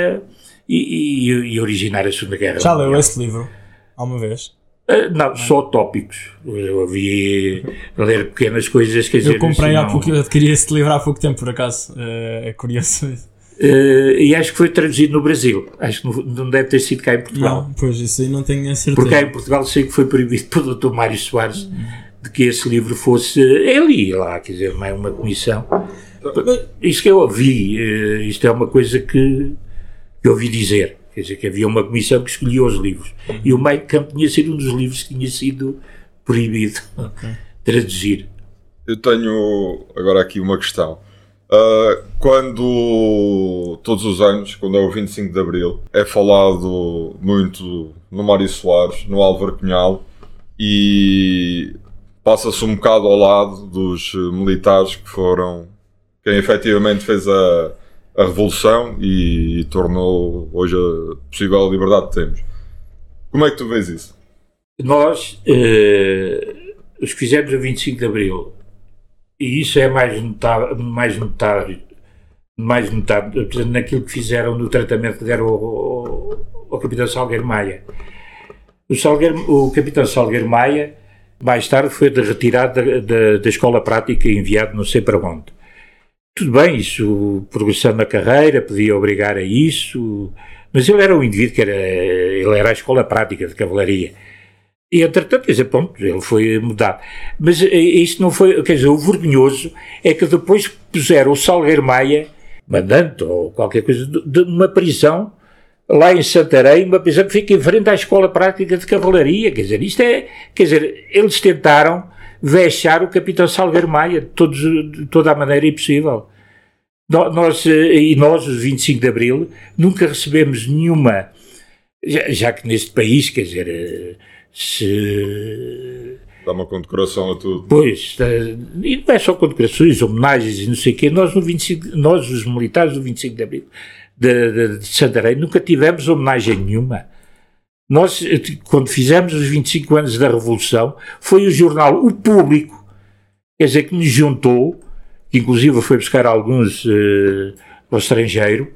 e originar a Segunda Guerra Mundial. Já leu esse livro alguma vez? Não, só tópicos. Eu ouvi ler pequenas coisas, quer dizer... Eu comprei há pouco, eu adquiri esse livro há pouco tempo, por acaso. É curioso. e acho que foi traduzido no Brasil. Acho que não deve ter sido cá em Portugal. Não, pois isso aí não tenho a certeza. Porque cá em Portugal sei que foi proibido pelo Dr. Mário Soares de que esse livro fosse... Ele ia lá, quer dizer, mais uma comissão. Isto que eu ouvi, isto é uma coisa que eu ouvi dizer. Quer dizer, que havia uma comissão que escolhia os livros. E o Mein Kampf tinha sido um dos livros que tinha sido proibido traduzir. Eu tenho agora aqui uma questão. Quando, todos os anos, quando é o 25 de Abril, é falado muito no Mário Soares, no Álvaro Cunhal, e passa-se um bocado ao lado dos militares que foram quem efetivamente fez a revolução e tornou hoje a possível liberdade que temos. Como é que tu vês isso? Nós, os que fizemos o 25 de Abril, e isso é mais notável naquilo que fizeram no tratamento que deram ao Capitão Salgueiro Maia. O Capitão Salgueiro Maia, mais tarde, foi retirado da escola prática e enviado não sei para onde. Tudo bem, isso, progressão na carreira, podia obrigar a isso, mas ele era um indivíduo ele era a escola prática de cavalaria. E, entretanto, quer dizer, pronto, ele foi mudado. Mas isto não foi, quer dizer, o vergonhoso é que depois puseram o Salgueiro Maia, mandante ou qualquer coisa, de uma prisão lá em Santarém, uma prisão que fica em frente à escola prática de cavalaria. Quer dizer, isto é, quer dizer, eles tentaram vexar o Capitão Salgueiro Maia de toda a maneira possível. Nós, os 25 de Abril, nunca recebemos nenhuma, já que neste país, quer dizer, se... Dá uma condecoração a tudo. Pois, e não é só condecorações, homenagens e não sei o quê, nós, os militares do 25 de Abril de Santarém, nunca tivemos homenagem nenhuma. Nós, quando fizemos os 25 anos da Revolução, foi o jornal O Público, quer dizer, que nos juntou, que inclusive foi buscar alguns ao estrangeiro.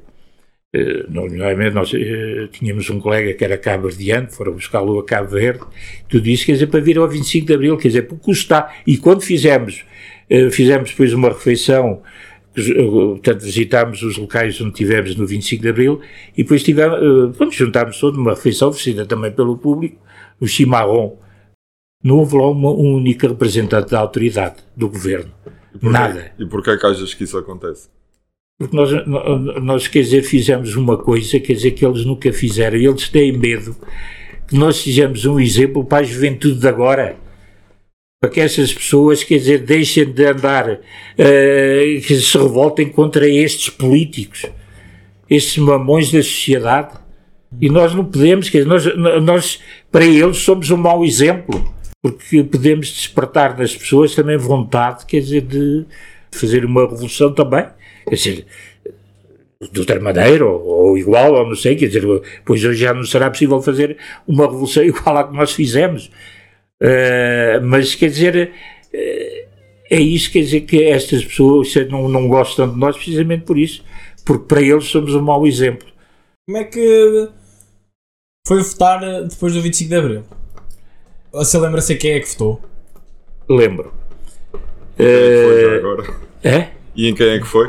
Nós tínhamos um colega que era cabo-verdiano, foram buscá-lo a Cabo Verde, tudo isso, quer dizer, para vir ao 25 de Abril, quer dizer, por custar. E quando fizemos depois uma refeição, portanto, visitámos os locais onde tivemos no 25 de Abril, e depois juntámos todos numa refeição oferecida também pelo público, no chimarrão. Não houve lá uma única representante da autoridade, do governo. Nada. E porquê é que achas que isso acontece? Porque nós, quer dizer, fizemos uma coisa, quer dizer, que eles nunca fizeram, e eles têm medo que nós sejamos um exemplo para a juventude de agora. Para que essas pessoas, quer dizer, deixem de andar, que se revoltem contra estes políticos, estes mamões da sociedade. E nós não podemos, quer dizer, nós para eles somos um mau exemplo, porque podemos despertar nas pessoas também vontade, quer dizer, de fazer uma revolução também, quer dizer, de outra maneira, ou igual, ou não sei, quer dizer, pois hoje já não será possível fazer uma revolução igual à que nós fizemos. Mas quer dizer, é isso, quer dizer, que estas pessoas não gostam de nós precisamente por isso, porque para eles somos um mau exemplo. Como é que foi votar depois do 25 de Abril? Você lembra-se quem é que votou? Lembro. Quem é que foi já agora? É? E em quem é que foi?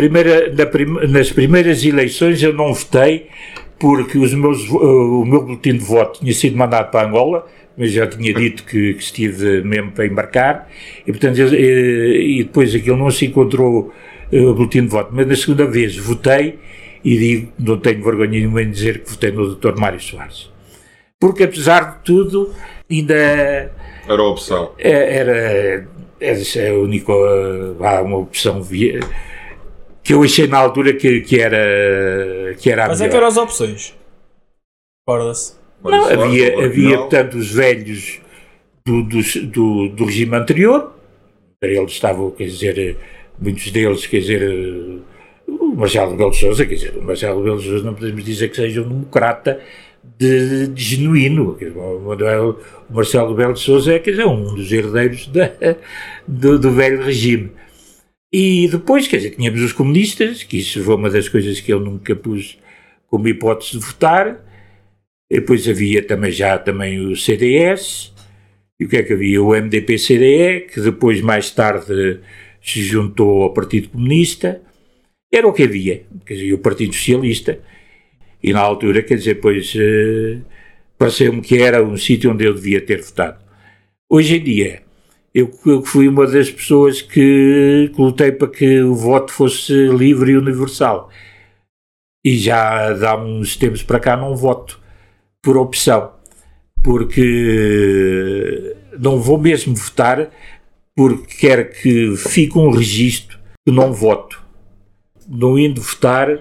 Nas primeiras eleições eu não votei, porque o meu boletim de voto tinha sido mandado para Angola, mas já tinha dito que estive mesmo para embarcar, e portanto e depois aquilo não se encontrou o boletim de voto, mas na segunda vez votei, e digo, não tenho vergonha nenhuma em dizer que votei no Dr. Mário Soares, porque apesar de tudo ainda era a opção, era a única uma opção que eu achei na altura que era a mas melhor. é que eram as opções, recorda-se? Não, havia portanto os velhos do regime anterior, para eles estavam, quer dizer, muitos deles, quer dizer, o Marcelo Rebelo de Sousa, quer dizer, o Marcelo Rebelo de Sousa não podemos dizer que seja um democrata de genuíno. O Marcelo Rebelo de Sousa é, quer dizer, um dos herdeiros do velho regime. E depois, quer dizer, tínhamos os comunistas, que isso foi uma das coisas que eu nunca pus como hipótese de votar. E depois havia também o CDS, e o que é que havia? O MDP-CDE, que depois, mais tarde, se juntou ao Partido Comunista, Era o que havia, quer dizer, o Partido Socialista, e na altura, quer dizer, pois pareceu-me que era um sítio onde eu devia ter votado. Hoje em dia, eu fui uma das pessoas que lutei para que o voto fosse livre e universal. E já há uns tempos para cá não voto por opção, porque não vou mesmo votar, porque quero que fique um registro que não voto. Não indo votar,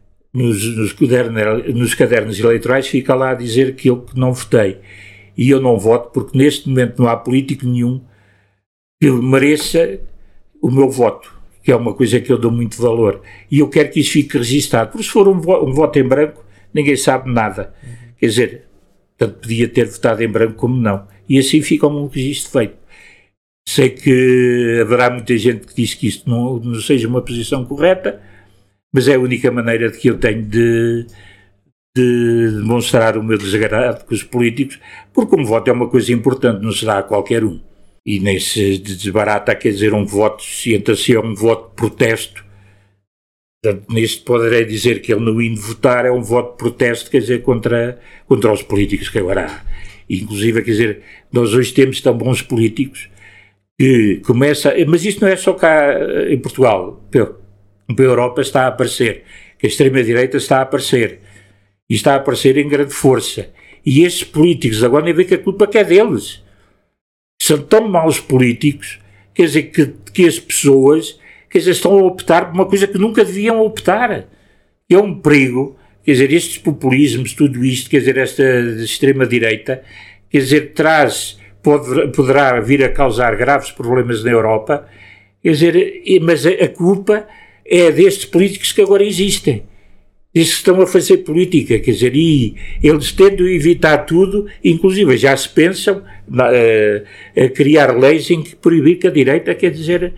nos cadernos eleitorais fica lá a dizer que eu não votei. E eu não voto porque neste momento não há político nenhum que mereça o meu voto, que é uma coisa que eu dou muito valor. E eu quero que isso fique registado, porque se for um voto em branco, ninguém sabe nada. Quer dizer, tanto podia ter votado em branco como não. E assim fica um registro feito. Sei que haverá muita gente que diz que isto não seja uma posição correta, mas é a única maneira de que eu tenho de demonstrar o meu desagrado com os políticos, porque um voto é uma coisa importante, não se dá a qualquer um. E nem se desbarata, quer dizer, um voto, se é um voto de protesto. Portanto, neste poderei dizer que ele não indo votar é um voto de protesto, quer dizer, contra os políticos que agora há. Inclusive, quer dizer, nós hoje temos tão bons políticos que começa, mas isto não é só cá em Portugal, pela Europa está a aparecer, que a extrema-direita está a aparecer, e está a aparecer em grande força. E estes políticos agora nem veem que a culpa que é deles. São tão maus políticos, quer dizer, que as pessoas, quer dizer, estão a optar por uma coisa que nunca deviam optar. É um perigo, quer dizer, estes populismos, tudo isto, quer dizer, esta extrema-direita, quer dizer, poderá vir a causar graves problemas na Europa, quer dizer, mas a culpa é destes políticos que agora existem. Eles estão a fazer política, quer dizer, e eles tendem a evitar tudo, inclusive já se pensam a criar leis em que proibir que a direita, quer dizer,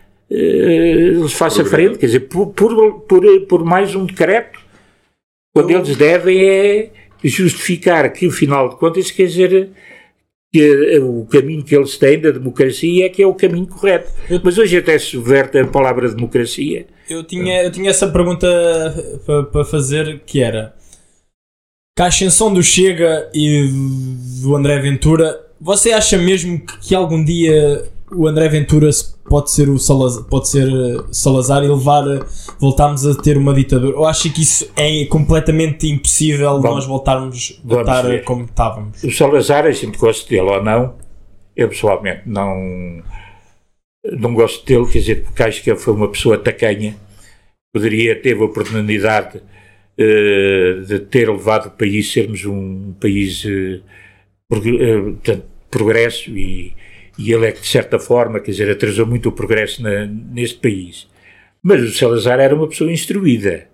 eles façam frente, quer dizer, por mais um decreto, quando eles devem é justificar que, afinal de contas, quer dizer, que o caminho que eles têm da democracia é que é o caminho correto. Mas hoje até se verte a palavra democracia. Eu tinha essa pergunta para fazer, que era: com a ascensão do Chega e do André Ventura, você acha mesmo que algum dia o André Ventura pode ser Salazar e voltarmos a ter uma ditadura? Ou acha que isso é completamente impossível, nós voltarmos a estar como estávamos? O Salazar, a gente gosta dele ou não, eu pessoalmente não gosto dele, quer dizer, porque acho que ele foi uma pessoa tacanha, teve a oportunidade de ter levado o país, sermos um país de progresso, e ele é que, de certa forma, quer dizer, atrasou muito o progresso neste país. Mas o Salazar era uma pessoa instruída,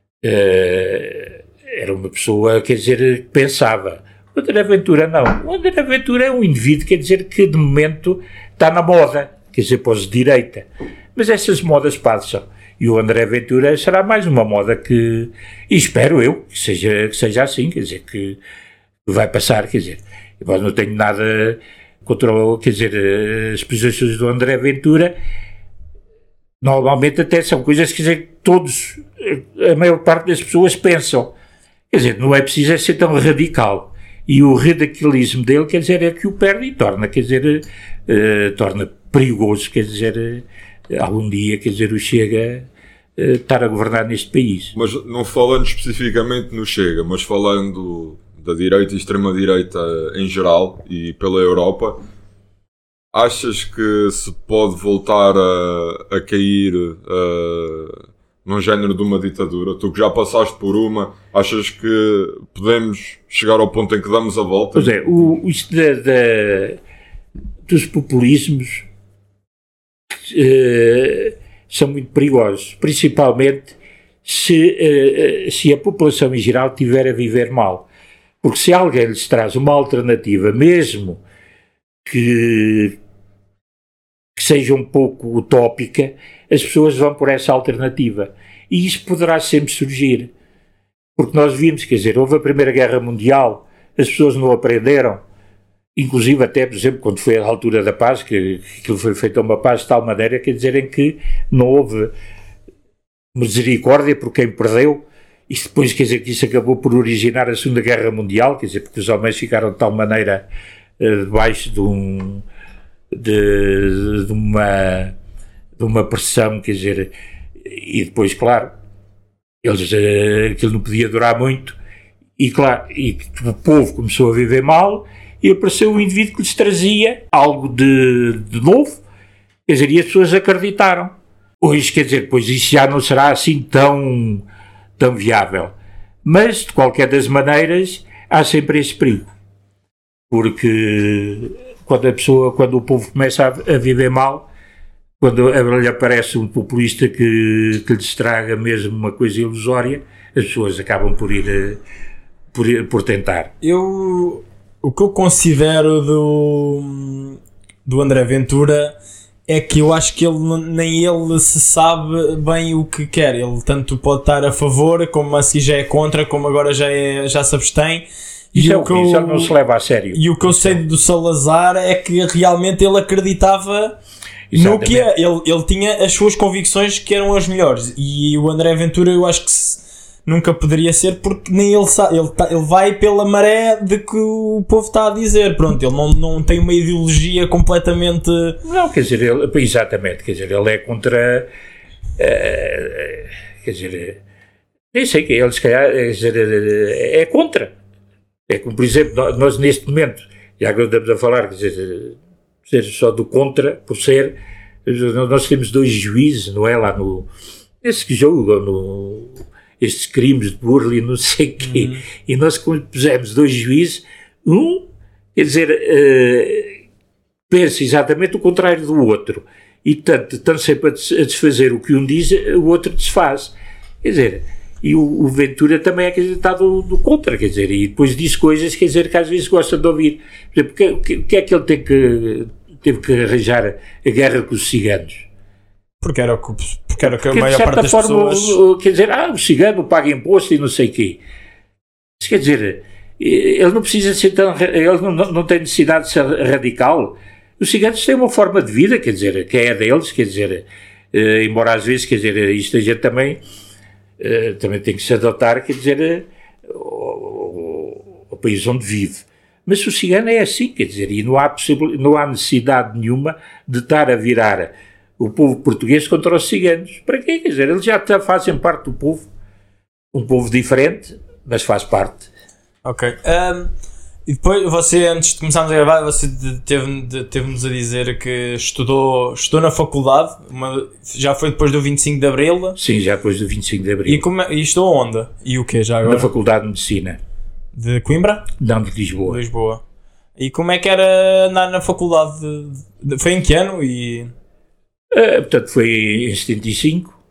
era uma pessoa, quer dizer, que pensava. O André Ventura não. O André Ventura é um indivíduo, quer dizer, que de momento está na moda, quer dizer, pós de direita. Mas essas modas passam. E o André Ventura será mais uma moda que, e espero eu, que seja assim, quer dizer, que vai passar, quer dizer. Eu não tenho nada contra, quer dizer, as posições do André Ventura, normalmente até são coisas, quer dizer, a maior parte das pessoas pensam. Quer dizer, não é preciso ser tão radical. E o radicalismo dele, quer dizer, é que o perde e torna, quer dizer, torna perigoso, quer dizer, algum dia, quer dizer, o Chega estar a governar neste país. Mas não falando especificamente no Chega, mas falando da direita e extrema-direita em geral e pela Europa, achas que se pode voltar a cair num género de uma ditadura? Tu que já passaste por uma, achas que podemos chegar ao ponto em que damos a volta? Pois é, isto dos populismos são muito perigosos, principalmente se a população em geral tiver a viver mal. Porque se alguém lhes traz uma alternativa, mesmo que seja um pouco utópica, as pessoas vão por essa alternativa. E isso poderá sempre surgir. Porque nós vimos, quer dizer, houve a Primeira Guerra Mundial, as pessoas não aprenderam, inclusive até, por exemplo, quando foi a altura da paz, que aquilo foi feito uma paz de tal maneira, quer dizer, em que não houve misericórdia por quem perdeu, e depois, quer dizer, que isso acabou por originar a Segunda Guerra Mundial, quer dizer, porque os alemães ficaram de tal maneira debaixo de uma pressão, quer dizer, e depois, claro, aquilo não podia durar muito, e claro, e o povo começou a viver mal, e apareceu um indivíduo que lhes trazia algo de novo, quer dizer, e as pessoas acreditaram. Hoje, quer dizer, pois isso já não será assim tão viável. Mas, de qualquer das maneiras, há sempre esse perigo. Porque quando o povo começa a viver mal, quando lhe aparece um populista que lhe estraga mesmo uma coisa ilusória, as pessoas acabam por tentar. O que eu considero do André Ventura é que eu acho que nem ele se sabe bem o que quer. Ele tanto pode estar a favor, como a seguir já é contra, como agora já se abstém. Isso não se leva a sério. E o que eu sei do Salazar é que realmente ele acreditava no que é. Ele tinha as suas convicções que eram as melhores. E o André Ventura eu acho que nunca poderia ser, porque nem ele sabe. Ele vai pela maré de que o povo está a dizer. Pronto, ele não tem uma ideologia completamente... Não, quer dizer, exatamente, quer dizer, ele é contra... quer dizer, nem sei que ele se calhar é contra. É como, por exemplo, nós neste momento, já que estamos a falar, quer dizer, só do contra, por ser, nós temos 2 juízes, não é, lá nesse que jogo, estes crimes de burla e não sei o quê, e nós pusemos 2 juízes, quer dizer, pensa exatamente o contrário do outro, e tanto sempre a desfazer o que um diz, o outro desfaz, quer dizer, e o Ventura também é, quer dizer, está do contra, quer dizer, e depois diz coisas, quer dizer, que às vezes gosta de ouvir. Por exemplo, o que é que ele teve que arranjar a guerra com os ciganos? Porque era o que a maior parte das pessoas... Quer dizer, o cigano paga imposto e não sei o quê. Mas, quer dizer, ele não precisa ser tão... Ele não tem necessidade de ser radical. Os ciganos têm uma forma de vida, quer dizer, que é a deles, quer dizer, embora às vezes, quer dizer, isto a gente também tem que se adotar, quer dizer, ao país onde vive. Mas o cigano é assim, quer dizer, e não há necessidade nenhuma de estar a virar o povo português contra os ciganos. Para quê? Quer dizer, eles já fazem parte do povo, um povo diferente, mas faz parte. Ok. E depois, você, antes de começarmos a gravar, você teve-nos a dizer que estudou na faculdade, já foi depois do 25 de Abril? Sim, já depois do 25 de Abril. E estudou onde? E o quê já agora? Na Faculdade de Medicina. De Coimbra? Não, de Lisboa. Lisboa. E como é que era andar na faculdade? Foi em que ano? Portanto, foi em 75.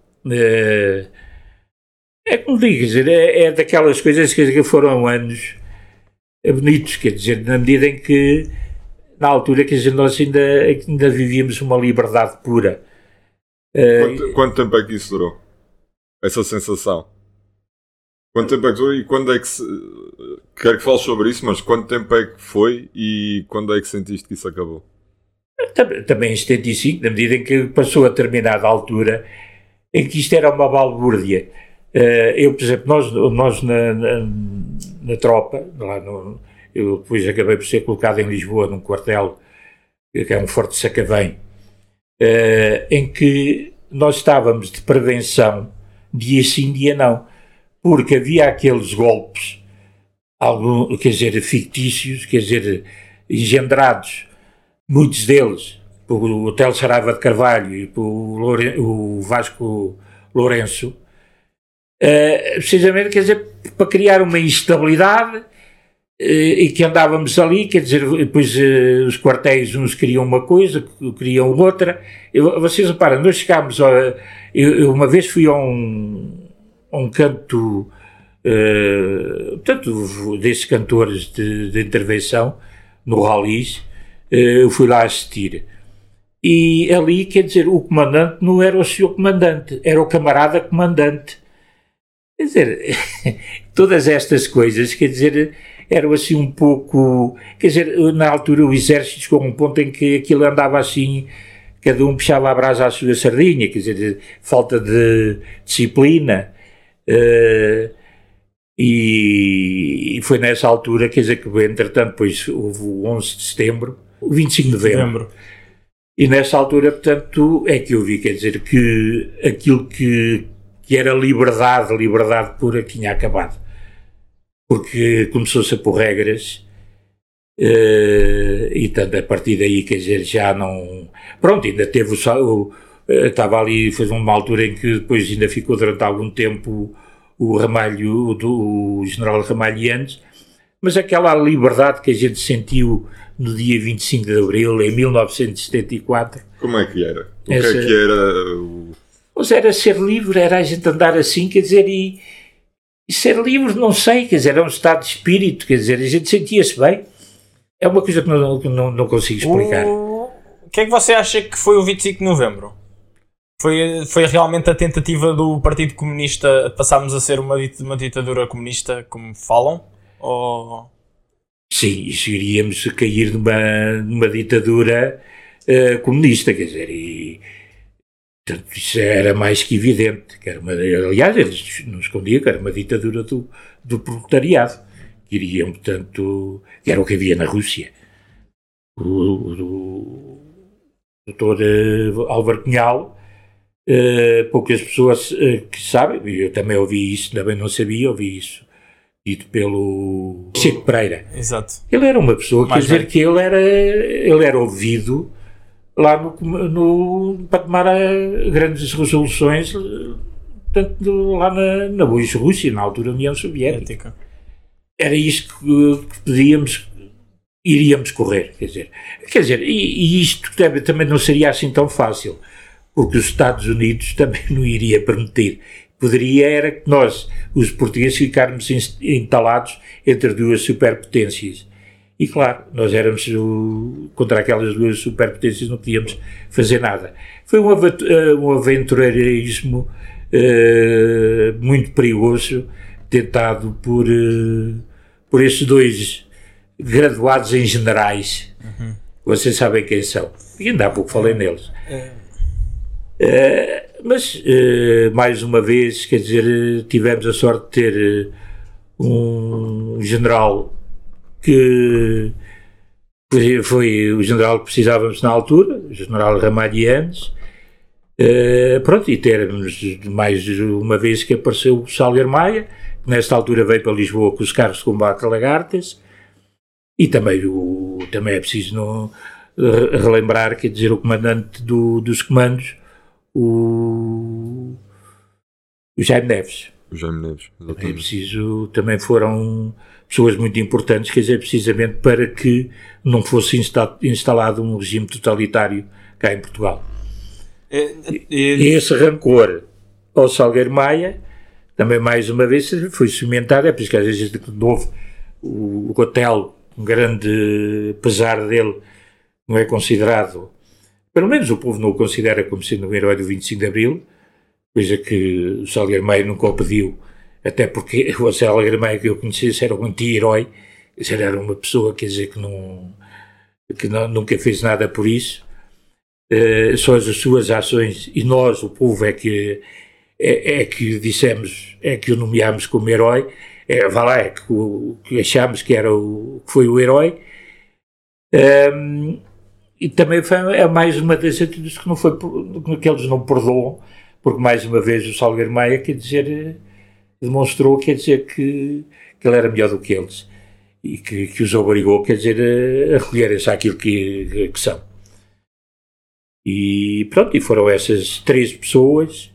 É como digo, quer dizer, é daquelas coisas que foram anos bonitos, quer dizer, na medida em que, na altura, quer dizer, nós ainda vivíamos uma liberdade pura. Quanto tempo é que isso durou? Essa sensação? Quanto tempo é que durou e quando é que quero que fales sobre isso, mas quanto tempo é que foi e quando é que sentiste que isso acabou? Também em 75, na medida em que passou a determinada altura em que isto era uma balbúrdia. Eu, por exemplo, nós na tropa, eu depois acabei por ser colocado em Lisboa num quartel, que é um Forte Sacavém, em que nós estávamos de prevenção, dia sim, dia não, porque havia aqueles golpes, quer dizer, fictícios, quer dizer, engendrados, muitos deles, por Hotel Saraiva de Carvalho e por o Vasco Lourenço, precisamente, quer dizer, para criar uma instabilidade, e que andávamos ali, quer dizer, depois os quartéis, uns queriam uma coisa, queriam outra. Vocês reparam, nós chegámos eu uma vez fui a um canto, portanto, desses cantores de intervenção, no Ralis, eu fui lá assistir. E ali, quer dizer, o comandante não era o senhor comandante, era o camarada comandante. Quer dizer, todas estas coisas, quer dizer, eram assim um pouco... Quer dizer, na altura o exército chegou a um ponto em que aquilo andava assim, cada um puxava a brasa à sua sardinha, quer dizer, falta de disciplina, e foi nessa altura, quer dizer, que entretanto depois houve o 11 de setembro, o 25 de novembro. E nessa altura, portanto, é que eu vi, quer dizer, que aquilo que era liberdade pura tinha acabado. Porque começou-se a pôr regras, e tanto a partir daí, quer dizer, já não... Pronto, ainda teve estava ali, foi uma altura em que depois ainda ficou durante algum tempo o Ramalho, o general Ramalhianes, mas aquela liberdade que a gente sentiu no dia 25 de Abril, em 1974... Como é que era? O que é que era? Pois era ser livre, era a gente andar assim, quer dizer, e ser livre, não sei, quer dizer, era um estado de espírito, quer dizer, a gente sentia-se bem. É uma coisa que não consigo explicar. O que é que você acha que foi o 25 de Novembro? Foi realmente a tentativa do Partido Comunista de passarmos a ser uma ditadura comunista, como falam? Ou... Sim, isso iríamos cair numa ditadura comunista, quer dizer, e portanto, isso era mais que evidente. Que era aliás, eles não escondiam que era uma ditadura do proletariado, que iriam, portanto, que era o que havia na Rússia. O doutor Álvaro Cunhal, poucas pessoas que sabem, eu também ouvi isso, também não sabia, ouvi isso dito pelo Chico Pereira. Exato. Ele era uma pessoa, quer dizer, que ele era ouvido lá para tomar grandes resoluções, tanto lá na Rússia, na altura União Soviética. Era isto que iríamos correr, quer dizer, e isto também não seria assim tão fácil, porque os Estados Unidos também não iria permitir. Poderia era que nós, os portugueses, ficarmos entalados entre duas superpotências. E claro, nós éramos contra aquelas duas superpotências, não podíamos fazer nada. Foi um aventureirismo muito perigoso, tentado por esses dois graduados em generais. Uhum. Vocês sabem quem são. E ainda há pouco falei neles. Mas, mais uma vez, quer dizer, tivemos a sorte de ter um general que foi o general que precisávamos na altura, o general Ramalhianes, pronto, e termos mais uma vez que apareceu o Salgueiro Maia, que nesta altura veio para Lisboa com os carros de combate a lagartas, e também é preciso relembrar, quer dizer, o comandante dos comandos, o Jaime Neves. O Jaime Neves, exatamente. Também foram pessoas muito importantes, quer dizer, precisamente para que não fosse instalado um regime totalitário cá em Portugal. E esse rancor ao Salgueiro Maia, também mais uma vez foi cimentado, é por isso que às vezes de novo o Otelo, um grande pesar dele, não é considerado, pelo menos o povo não o considera como sendo um herói do 25 de Abril, coisa que o Salgueiro Maia nunca o pediu, até porque o Salgueiro Maia que eu conhecesse era um anti-herói, era uma pessoa, quer dizer, que nunca fez nada por isso, só as suas ações, e nós, o povo, é que dissemos, é que o nomeámos como herói, que achámos que foi o herói, e também é mais uma das atitudes que eles não perdoam, porque mais uma vez o Salgueiro Maia, quer dizer, demonstrou, quer dizer, que ele era melhor do que eles, e que os obrigou, quer dizer, a recolherem-se àquilo que são. E pronto, e foram essas 3 pessoas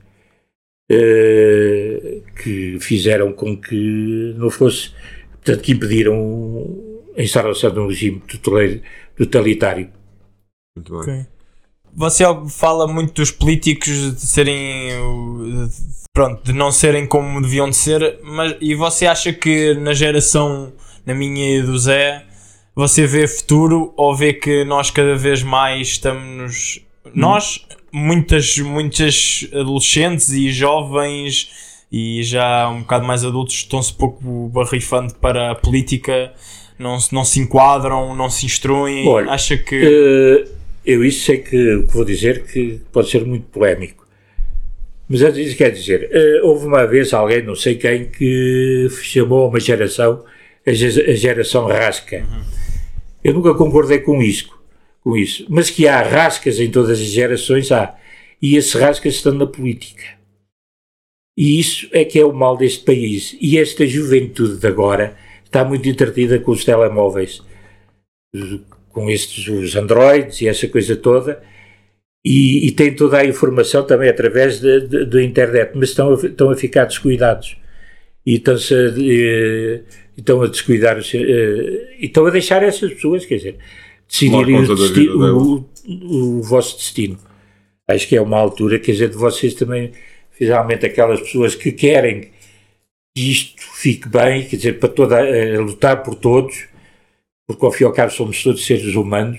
que fizeram com que não fosse, portanto, que impediram a instalação de um regime totalitário. Muito bem. Okay. Você fala muito dos políticos de serem, de não serem como deviam de ser, e você acha que na geração, na minha e do Zé, você vê futuro, ou vê que nós cada vez mais estamos... Nós, muitas adolescentes e jovens e já um bocado mais adultos estão-se pouco barrifando para a política, não se enquadram, não se instruem. Olha, acha que... eu isso sei que vou dizer que pode ser muito polémico. Mas antes disso, quer dizer, houve uma vez alguém, não sei quem, que chamou uma geração a geração rasca. Eu nunca concordei com isso. Mas que há rascas em todas as gerações, há. E esses rascas estão na política. E isso é que é o mal deste país. E esta juventude de agora está muito entretida com os telemóveis, com os androids e essa coisa toda, e tem toda a informação também através da internet, mas estão a ficar descuidados. E estão a descuidar, e estão a deixar essas pessoas, quer dizer, decidirem o vosso destino. Acho que é uma altura, quer dizer, de vocês também, finalmente, aquelas pessoas que querem que isto fique bem, quer dizer, para lutar por todos, porque ao fim e ao cabo somos todos seres humanos,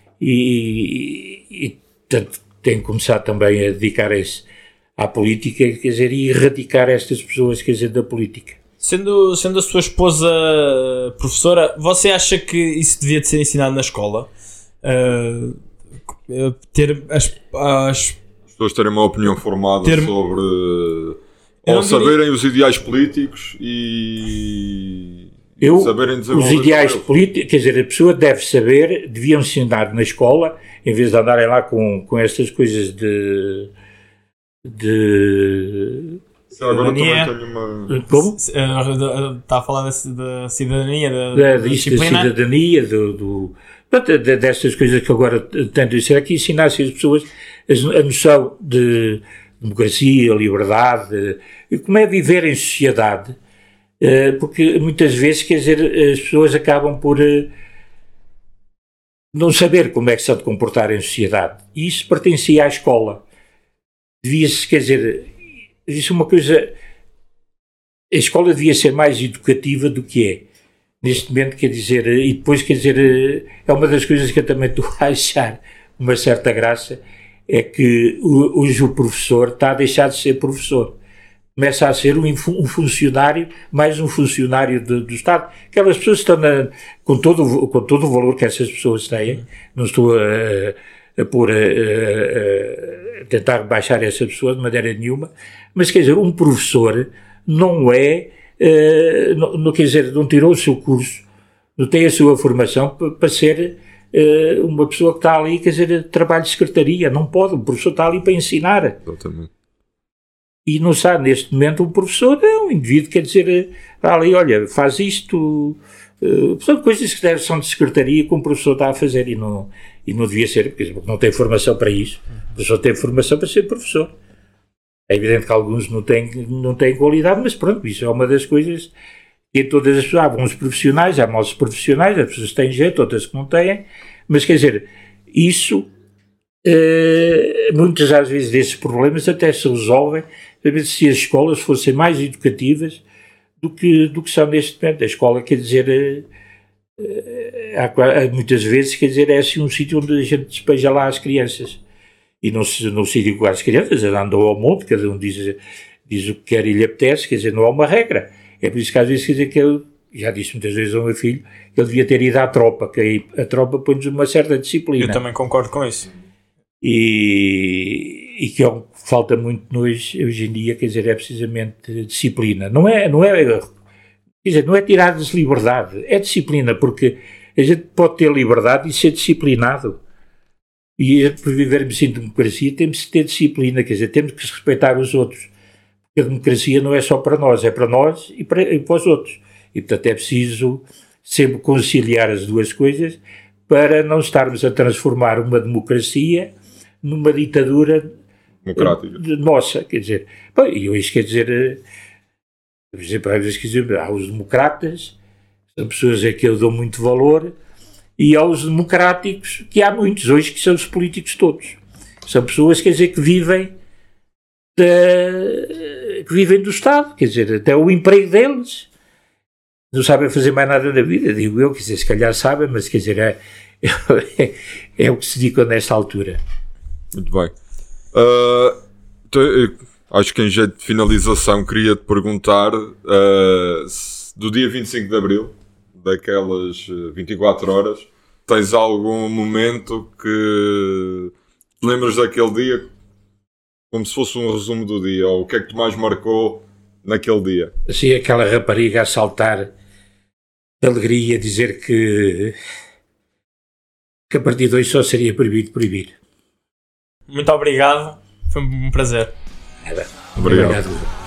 e portanto, têm que começar também a dedicarem-se à política, quer dizer, e erradicar estas pessoas, quer dizer, da política. Sendo a sua esposa professora, você acha que isso devia de ser ensinado na escola? Ter as pessoas terem uma opinião formada sobre... ou saberem os ideais políticos e saberem desenvolver... Os ideais políticos, quer dizer, a pessoa deve saber, deviam ensinar na escola, em vez de andarem lá com estas coisas de agora também tenho uma... Como? Está a falar da cidadania, da disciplina? Da cidadania, destas coisas que agora tento dizer, é que ensinassem as pessoas a noção de democracia, liberdade, e como é viver em sociedade, porque muitas vezes, quer dizer, as pessoas acabam por não saber como é que se há de comportar em sociedade, e isso pertencia à escola. Devia-se, quer dizer, isso é uma coisa, a escola devia ser mais educativa do que é. Neste momento, quer dizer, e depois, quer dizer, é uma das coisas que eu também estou a achar uma certa graça, é que hoje o professor está a deixar de ser professor. Começa a ser um funcionário, mais um funcionário do Estado. Aquelas pessoas estão com todo o valor que essas pessoas têm, não estou a tentar baixar essa pessoa de maneira nenhuma, mas quer dizer, um professor não é... quer dizer, não tirou o seu curso, não tem a sua formação para ser uma pessoa que está ali, quer dizer, trabalho de secretaria, não pode, o professor está ali para ensinar. Exatamente. E não sabe, neste momento, um professor é um indivíduo, quer dizer, está ali, olha, faz isto, são coisas que são de secretaria que um professor está a fazer e não devia ser, porque não tem formação para isso, o professor tem formação para ser professor. É evidente que alguns não têm qualidade, mas pronto, isso é uma das coisas que em todas as pessoas, há bons profissionais, há maus profissionais, as pessoas têm jeito, outras que não têm, mas quer dizer, isso, muitas às vezes desses problemas até se resolvem se as escolas fossem mais educativas do que são neste momento. A escola, quer dizer, muitas vezes, quer dizer, é assim um sítio onde a gente despeja lá as crianças. E não se digo às crianças, andam ao monte, cada um diz o que quer e lhe apetece, quer dizer, não há uma regra. É por isso que às vezes, quer dizer, que eu já disse muitas vezes ao meu filho que ele devia ter ido à tropa, que aí a tropa põe-nos uma certa disciplina. Eu também concordo com isso. E que é o que falta muito hoje em dia, quer dizer, é precisamente disciplina. Não é, quer dizer, não é tirar-lhes liberdade, é disciplina, porque a gente pode ter liberdade e ser disciplinado. E para vivermos em democracia temos que ter disciplina, quer dizer, temos que respeitar os outros. Porque a democracia não é só para nós, é para nós e para os outros. E portanto é preciso sempre conciliar as duas coisas para não estarmos a transformar uma democracia numa ditadura democrática nossa, quer dizer. E hoje, quer dizer, há os democratas, são pessoas a que eu dou muito valor, e aos democráticos, que há muitos hoje, que são os políticos todos. São pessoas, quer dizer, que vivem do Estado, quer dizer, até o emprego deles. Não sabem fazer mais nada na vida, digo eu, quer dizer, se calhar sabem, mas quer dizer, é o que se diz nesta altura. Muito bem. Acho que em jeito de finalização queria-te perguntar do dia 25 de Abril, daquelas 24 horas, tens algum momento que te lembras daquele dia como se fosse um resumo do dia, ou o que é que te mais marcou naquele dia? Assim, aquela rapariga a saltar de alegria, a dizer que a partir de hoje só seria proibir. Muito obrigado, foi um prazer. Obrigado. Obrigado.